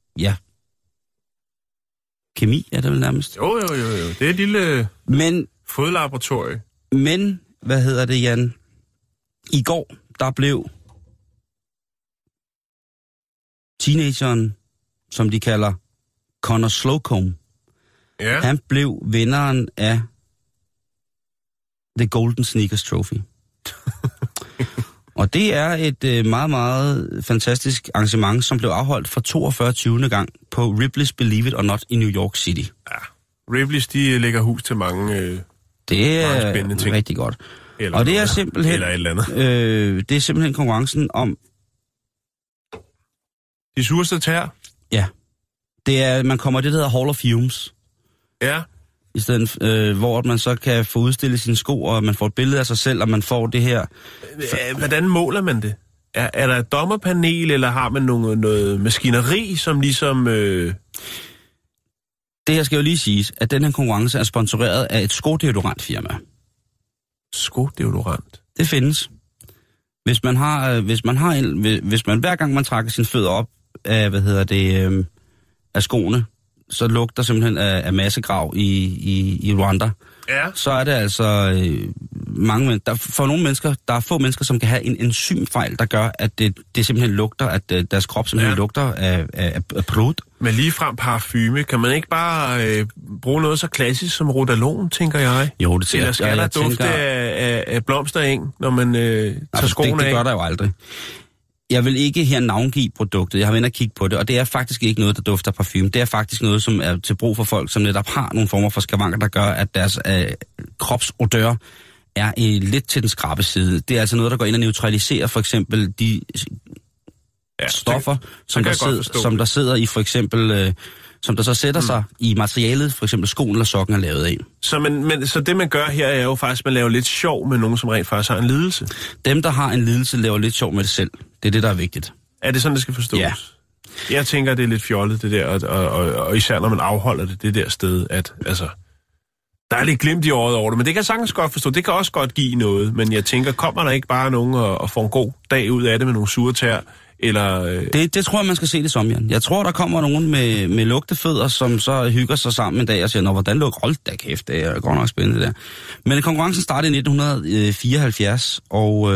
kemi, er det vel nærmest? Jo. Det er et lille fodlaboratorie. Men, Jan? I går, der blev teenageren, som de kalder Connor Slocum. Ja. Han blev vinderen af The Golden Sneakers Trophy. Og det er et meget, meget fantastisk arrangement, som blev afholdt for 42. gang på Ripley's Believe It or Not i New York City. Ja, Ripley's, de lægger hus til mange det er mange spændende ting. Rigtig godt. Eller og det er simpelthen eller et eller andet. Det er simpelthen konkurrencen om de sureste tær. Ja. Det er, man kommer det, der hedder Hall of Fumes. Ja. I stedet, hvor man så kan få udstillet sine sko, og man får et billede af sig selv, og man får det her. Hvordan måler man det? Er der et dommerpanel, eller har man noget maskineri, som ligesom... Det her skal jo lige siges, at den her konkurrence er sponsoreret af et skodeodorantfirma. Skodeodorant? Det findes. Hvis man hver gang man trækker sine fødder op af, af skoene, så lugter simpelthen af massegrav i Rwanda. Ja. Så er det altså mange for nogle mennesker, der er få mennesker, som kan have en enzymfejl, der gør, at det simpelthen lugter, at deres krop simpelthen lugter af blod. Men ligefrem parfume, kan man ikke bare bruge noget så klassisk som Rodalon, tænker jeg? Jo, det eller skal der dufte af blomstereng, når man tager skoene af? Det gør der jo aldrig. Jeg vil ikke her navngive produktet. Jeg har været inde og kigge på det, og det er faktisk ikke noget, der dufter parfume. Det er faktisk noget, som er til brug for folk, som netop har nogle former for skavanker, der gør, at deres kropsodør er lidt til den skrappe side. Det er altså noget, der går ind og neutraliserer for eksempel de stoffer, som der sidder i for eksempel... som der så sætter sig i materialet, for eksempel skoen eller sokken er lavet af. Så det man gør her er jo faktisk, at man laver lidt sjov med nogen, som rent faktisk har en lidelse? Dem, der har en lidelse, laver lidt sjov med det selv. Det er det, der er vigtigt. Er det sådan, det skal forstås? Ja. Jeg tænker, det er lidt fjollet, det der, og især når man afholder det der sted, at altså... Der er lidt glimt i året over det, men det kan jeg sagtens godt forstå. Det kan også godt give noget, men jeg tænker, kommer der ikke bare nogen og får en god dag ud af det med nogle sure tær? Eller, Det tror jeg, man skal se det som, Jan. Jeg tror, der kommer nogen med lugtefødder, som så hygger sig sammen en dag og siger, nå, hvordan lugter? Hold da kæft, det er godt nok spændende der. Men konkurrencen startede i 1974, og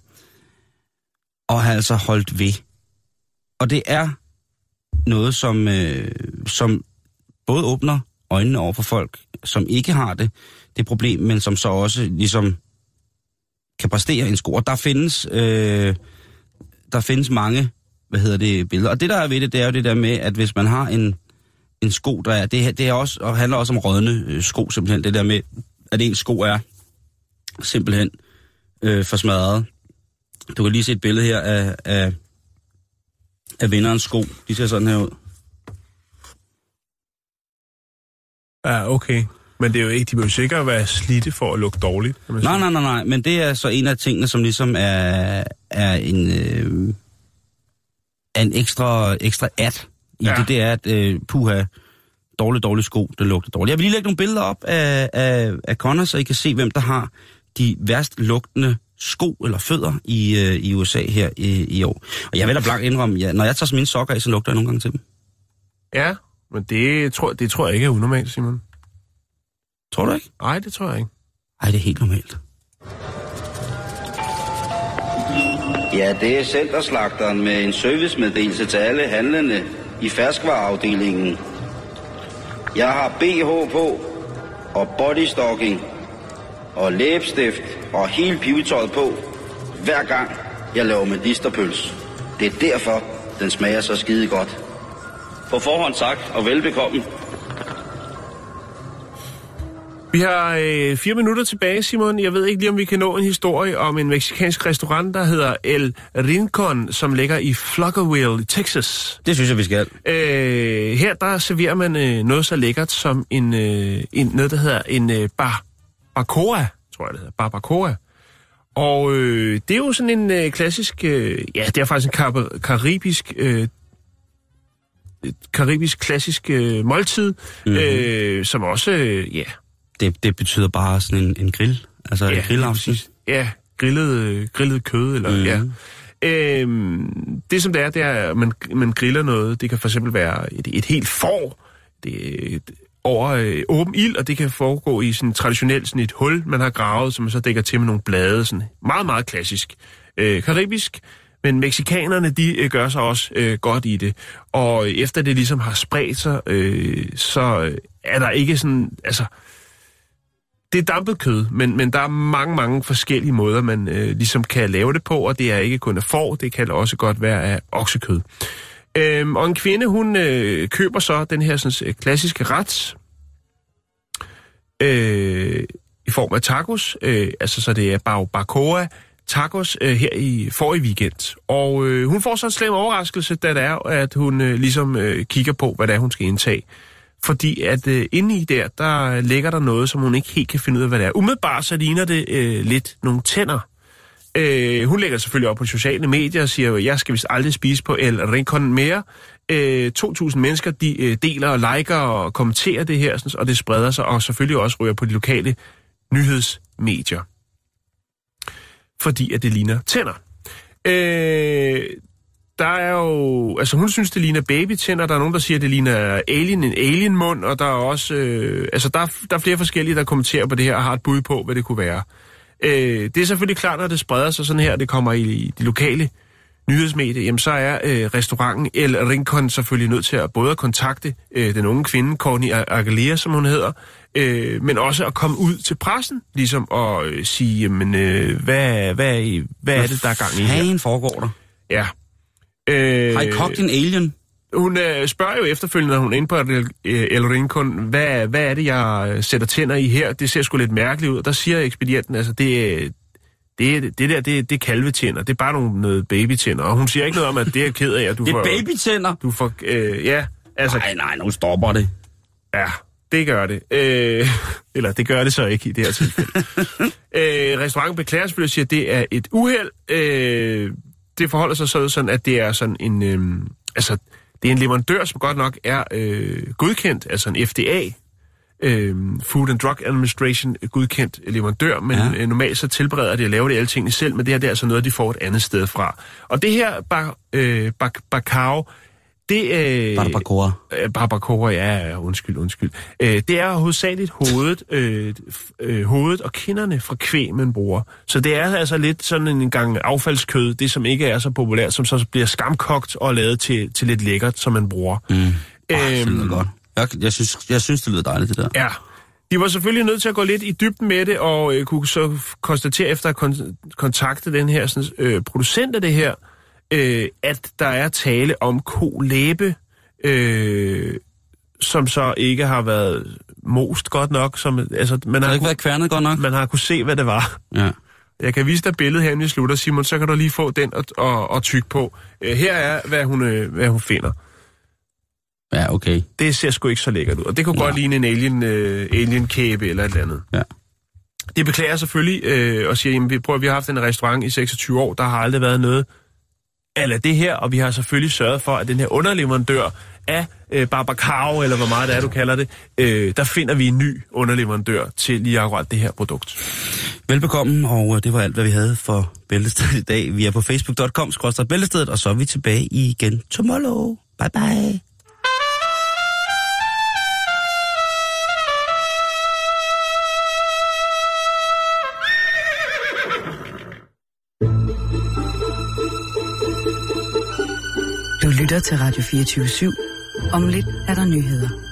har altså holdt ved. Og det er noget, som både åbner øjnene over for folk, som ikke har det problem, men som så også ligesom kan præstere en sko. Og der findes mange, billeder. Og det, der er ved det, det er jo det der med, at hvis man har en sko, der er... Det er også, og handler også om rådne sko, simpelthen. Det der med, at en sko er simpelthen for smadret. Du kan lige se et billede her af vinderens sko. De ser sådan her ud. Ja, okay. Men det er jo ikke, de vil jo sikkert være slidte for at lugte dårligt. Nej, men det er så en af tingene, som ligesom er en ekstra at i det er, at puha, dårlig sko, det lugter dårligt. Jeg vil lige lægge nogle billeder op af Connor, så I kan se, hvem der har de værst lugtende sko eller fødder i USA her i år. Og jeg vil da blankt indrømme, når jeg tager mine sokker af, så lugter jeg nogle gange til dem. Ja, men det tror jeg ikke er unormalt, Simon. Tror du ikke? Nej, det tror jeg ikke. Ej, det er helt normalt. Ja, det er Centerslagteren med en servicemeddelelse til alle handlende i ferskvareafdelingen. Jeg har BH på, og bodystocking, og læbestift, og hele pivetøjet på, hver gang jeg laver medisterpøls. Det er derfor, den smager så skide godt. På forhånd tak, og velbekomme. Vi har 4 minutter tilbage, Simon. Jeg ved ikke lige, om vi kan nå en historie om en mexicansk restaurant, der hedder El Rincon, som ligger i Flockerville, Texas. Det synes jeg, vi skal. Her der serverer man noget så lækkert som noget, der hedder en barbacoa, tror jeg det hedder. Barbacoa. Og det er jo sådan en klassisk, det er faktisk en karibisk klassisk måltid, som også, Det betyder bare sådan en grill, altså en grillaften. Ja, grillet kød, eller det som det er, at man griller noget. Det kan for eksempel være et helt får over åben ild, og det kan foregå i sådan traditionelt sådan et hul, man har gravet, som man så dækker til med nogle blade. Sådan meget, meget klassisk. Karibisk. Men mexikanerne, de gør sig også godt i det. Og efter det ligesom har spredt sig, så er der ikke sådan, altså, det er dampet kød, men der er mange, mange forskellige måder, man ligesom kan lave det på, og det er ikke kun af får, det kan også godt være af oksekød. Og en kvinde, hun køber så den her sådan, klassiske ret i form af tacos, altså så det er barbacoa tacos her i forrige weekend. Og hun får så en slem overraskelse, da det er, at hun ligesom kigger på, hvad det er, hun skal indtage. Fordi at inde i der ligger der noget, som hun ikke helt kan finde ud af, hvad det er. Umiddelbart så ligner det lidt nogle tænder. Hun lægger selvfølgelig op på sociale medier og siger, jeg skal vist aldrig spise på El Rincon mere. 2.000 mennesker, de deler og liker og kommenterer det her, sådan, og det spreder sig, og selvfølgelig også ryger på de lokale nyhedsmedier. Fordi at det ligner tænder. Der er jo, altså hun synes, det ligner babytænder, der er nogen, der siger, det ligner en alien-mund, og der er også, der er flere forskellige, der kommenterer på det her og har et bud på, hvad det kunne være. Det er selvfølgelig klart, når det spreder sig sådan her, det kommer i de lokale nyhedsmedier, jamen så er restauranten El Rincon selvfølgelig nødt til at både at kontakte den unge kvinde, Courtney Aguilera, som hun hedder, men også at komme ud til pressen, ligesom og sige, jamen, hvad er det, der er gang i her? Hvad foregår der? Ja. Har I kogt en alien? Hun spørger jo efterfølgende, når hun er inde på El Rincon, hvad er det, jeg sætter tænder i her? Det ser sgu lidt mærkeligt ud. Og der siger ekspedienten, altså det er kalvetænder. Det er bare noget babytænder. Og hun siger ikke noget om, at det er ked af, at du det får... Det er babytænder? Du får... ja, altså... Nej, nu stopper det. Ja, det gør det. Eller det gør det så ikke i det her tilfælde. Restauranten beklager selvfølgelig og siger, at det er et uheld. Det forholder sig sådan, at det er sådan en... det er en leverandør, som godt nok er godkendt, altså en FDA, Food and Drug Administration godkendt leverandør, men normalt så tilbereder de at lave det alle tingene selv, men det her det er altså noget, de får et andet sted fra. Og det her bacao, det barbacoa, ja, undskyld. Det er hovedsageligt hovedet og kinderne fra kvæg, man bruger. Så det er altså lidt sådan en gang affaldskød, det som ikke er så populært, som så bliver skamkogt og lavet til lidt lækkert, som man bruger. Det lyder godt. Jeg synes, det lyder dejligt, det der. Ja. De var selvfølgelig nødt til at gå lidt i dybden med det, og kunne så konstatere efter at kontakte den her sådan, producent af det her, at der er tale om kolæbe, som så ikke har været most godt nok. Man har ikke været kværnet godt nok? Man har kunne se, hvad det var. Ja. Jeg kan vise dig billedet her, inden vi slutter, Simon, så kan du lige få den og tykke på. Her er, hvad hun finder. Ja, okay. Det ser sgu ikke så lækkert ud. Og det kunne godt ligne en alien-kæbe eller et eller andet. Ja. Det beklager jeg selvfølgelig, og siger, jamen, vi har haft en restaurant i 26 år, der har aldrig været noget eller det her, og vi har selvfølgelig sørget for, at den her underleverandør af Barbacao, eller hvor meget det er, du kalder det, der finder vi en ny underleverandør til lige akkurat det her produkt. Velbekomme, og det var alt, hvad vi havde for Bæltestedet i dag. Vi er på facebook.com/bæltestedet, og så er vi tilbage igen tomorrow. Bye bye. Du lytter til Radio 24/7. Om lidt er der nyheder.